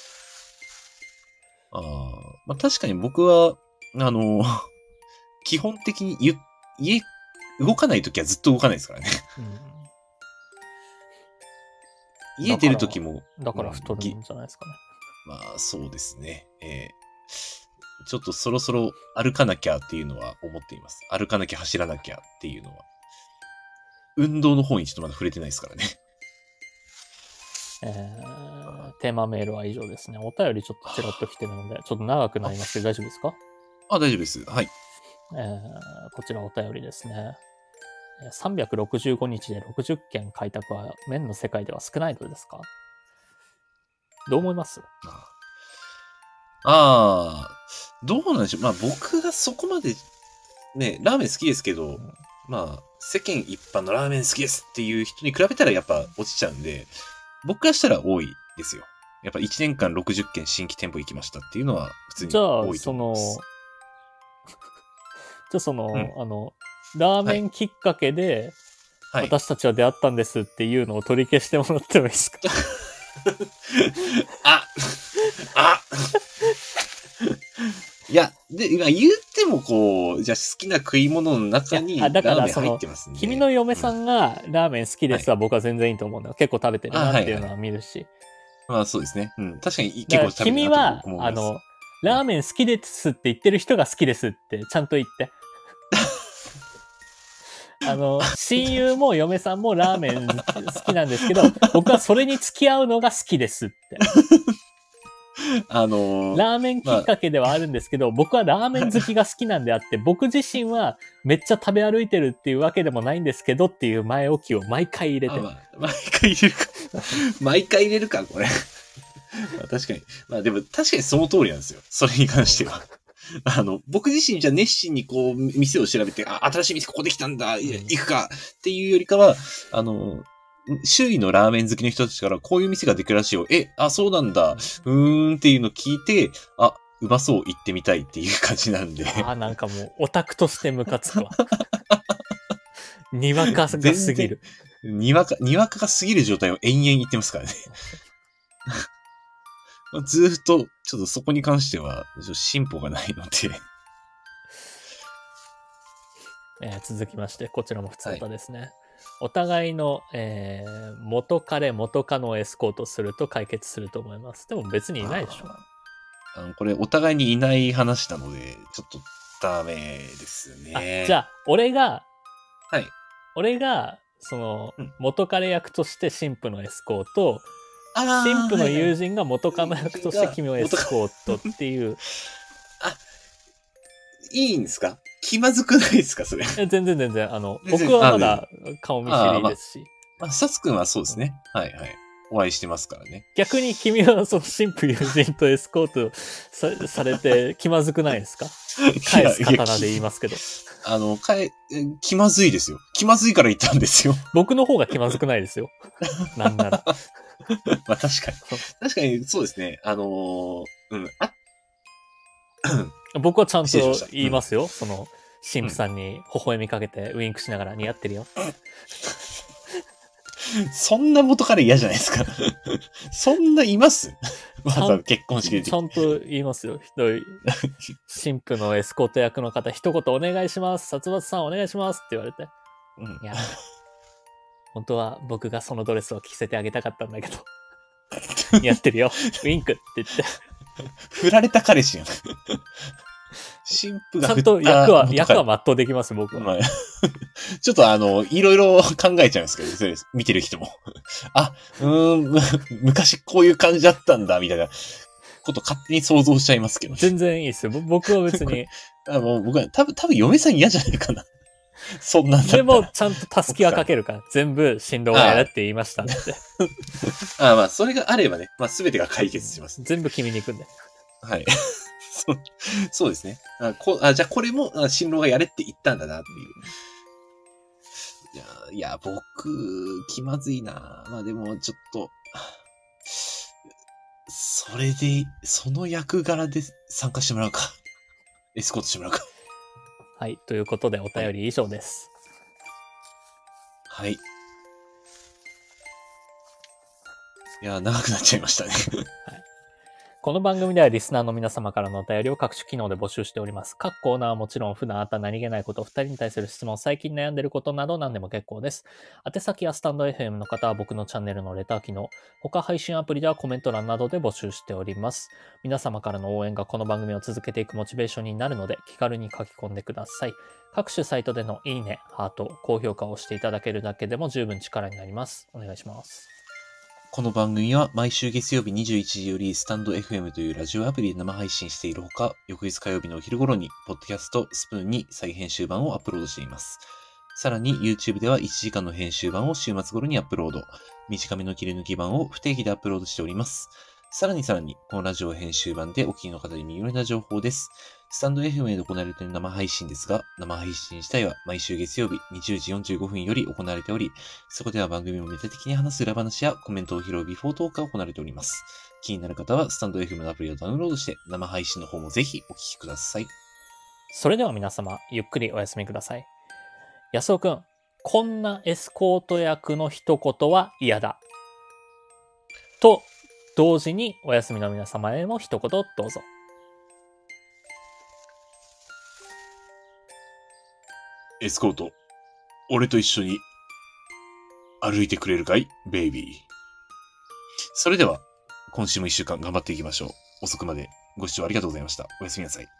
ああ、まあ確かに僕は、あの、基本的にゆ、家、動かないときはずっと動かないですからね。うん、家出るときも。 だから太るんじゃないですかね。 まあそうですね。えー、ちょっとそろそろ歩かなきゃっていうのは思っています。歩かなきゃ走らなきゃっていうのは。運動の方にちょっとまだ触れてないですからね。 えー、テーマメールは以上ですね。お便りちょっとちらっと来てるので、ちょっと長くなりますけど大丈夫ですか？ あ、大丈夫です。はい。 えー、こちらお便りですね。さんびゃくろくじゅうごにちでろくじゅっけん開拓は麺の世界では少ないのですか？どう思います？ ああ、どうなんでしょう。まあ僕がそこまで、ね、ラーメン好きですけど、うん、まあ世間一般のラーメン好きですっていう人に比べたらやっぱ落ちちゃうんで、僕からしたら多いですよ。やっぱいちねんかんろくじゅっけん新規店舗行きましたっていうのは普通に多いと思います。 じゃあその、じゃあその、うん、あの、ラーメンきっかけで、はい、私たちは出会ったんですっていうのを取り消してもらってもいいですか？ ああいや、で、言ってもこう、じゃあ好きな食い物の中にラーメン入ってますんで。 君の嫁さんがラーメン好きですは僕は全然いいと思うんだよ。はい、結構食べてるなっていうのは見るし。はいはい、 まあそうですね。うん。確かに結構食べてるなと思います。 君は、あの、ラーメン好きですって言ってる人が好きですってちゃんと言って。あの、親友も嫁さんもラーメン好きなんですけど、僕はそれに付き合うのが好きですって。 あのー、 ラーメンきっかけではあるんですけど、まあ、僕はラーメン好きが好きなんであって、僕自身はめっちゃ食べ歩いてるっていうわけでもないんですけどっていう前置きを毎回入れて。 まあ、毎回入れるか。毎回入れるか、これ。まあ、確かに。まあでも確かにその通りなんですよ。それに関しては。あの、僕自身じゃ熱心にこう、店を調べて、あ、新しい店ここできたんだ、行くかっていうよりかは、あの、 周囲のラーメン好きの人たちからこういう店ができるらしいよ。え、あ、そうなんだ。うーんっていうのを聞いて、あ、うまそう行ってみたいっていう感じなんで。 あ、なんかもうオタクとしてムカつくわ。にわかがすぎる。 にわか、にわかが過ぎる状態を延々言ってますからね。ずーっと、ちょっとそこに関しては、ちょっと進歩がないので。 えー続きまして、こちらも普通歌ですね。はい、お互いの、えー、元彼元カノをエスコートすると解決すると思います。でも別にいないでしょ。 あの、これお互いにいない話なので、ちょっとダメですね。 あ、じゃあ、俺が、 はい。 俺が、その、 うん元彼役として新婦のエスコート、 あー新婦の友人が元カノ役として君をエスコートっていう。 あ、いいんですか？気まずくないですかそれ。 え全然全然、あの、 全然僕はまだ顔見知りですし。 まあ、サツくんはそうですね。はいはい。お会いしてますからね。 逆に君はその新婦友人とエスコートさ、されて気まずくないですか？返す刀で言いますけど。 あの、かえ、気まずいですよ。気まずいから言ったんですよ。 僕の方が気まずくないですよ。なんなら。 まあ確かに。確かにそうですね。あのー、うん。あ僕はちゃんと言いますよ。うん、その、神父さんに微笑みかけてウインクしながら似合ってるよ。 そんな元彼嫌じゃないですか。そんないますわざわざ結婚式で。 ちゃんと言いますよ。ひどい。神父のエスコート役の方、一言お願いします。殺伐さんお願いしますって言われて。うん、いや、本当は僕がそのドレスを着せてあげたかったんだけど。似合ってるよ。ウインクって言って。 振られた彼氏やん。神父が振った。 ちゃんと役は、役は全うできます、僕は。まあ、 ちょっとあの、いろいろ考えちゃうんですけど、それ見てる人も。あ、うーん、昔こういう感じだったんだ、みたいなこと勝手に想像しちゃいますけど、ね。 全然いいですよ。僕は別に。 あの僕は多分、多分嫁さん嫌じゃないかな。そんなんだったら。 でも、ちゃんとたすきはかけるから。全部、新郎がやるって言いましたって。 ああ、まあ、それがあればね、まあ、すべてが解決します、ね。 全部君に行くんで。 はい。そ, そうですね。あこあじゃあ、これも、新郎がやれって言ったんだな、っていう。いや、いや僕、気まずいな。まあ、でも、ちょっと、それで、その役柄で参加してもらうか。エスコートしてもらうか。 はい。ということで、お便り以上です。 はい。いや、長くなっちゃいましたね。はい。 この番組ではリスナーの皆様からのお便りを各種機能で募集しております。各コーナーはもちろん普段あった何気ないこと、ふたりに対する質問、最近悩んでいることなど何でも結構です。宛先やスタンド エフエム の方は僕のチャンネルのレター機能、他配信アプリではコメント欄などで募集しております。皆様からの応援がこの番組を続けていくモチベーションになるので気軽に書き込んでください。各種サイトでのいいね、ハート、高評価をしていただけるだけでも十分力になります。お願いします。 この番組は毎週月曜日にじゅういちじよりスタンド エフエム というラジオアプリで生配信しているほか、翌日火曜日のお昼頃に、ポッドキャストスプーンに再編集版をアップロードしています。さらに YouTube ではいちじかんの編集版を週末頃にアップロード、短めの切り抜き版を不定期でアップロードしております。さらにさらに、このラジオ編集版でお聞きの方に耳寄りな情報です。スタンド エフエム で行われている生配信ですが、生配信自体は毎週月曜日にじゅうじよんじゅうごふんより行われており、そこでは番組をメタ的に話す裏話やコメントを拾うビフォートークが行われております。気になる方はスタンド エフエム のアプリをダウンロードして、生配信の方もぜひお聞きください。 それでは皆様、ゆっくりお休みください。安尾くん、こんなエスコート役の一言は嫌だ。と、同時にお休みの皆様へも一言どうぞ。 エスコート、俺と一緒に歩いてくれるかい、ベイビー。それでは、今週も一週間頑張っていきましょう。遅くまでご視聴ありがとうございました。おやすみなさい。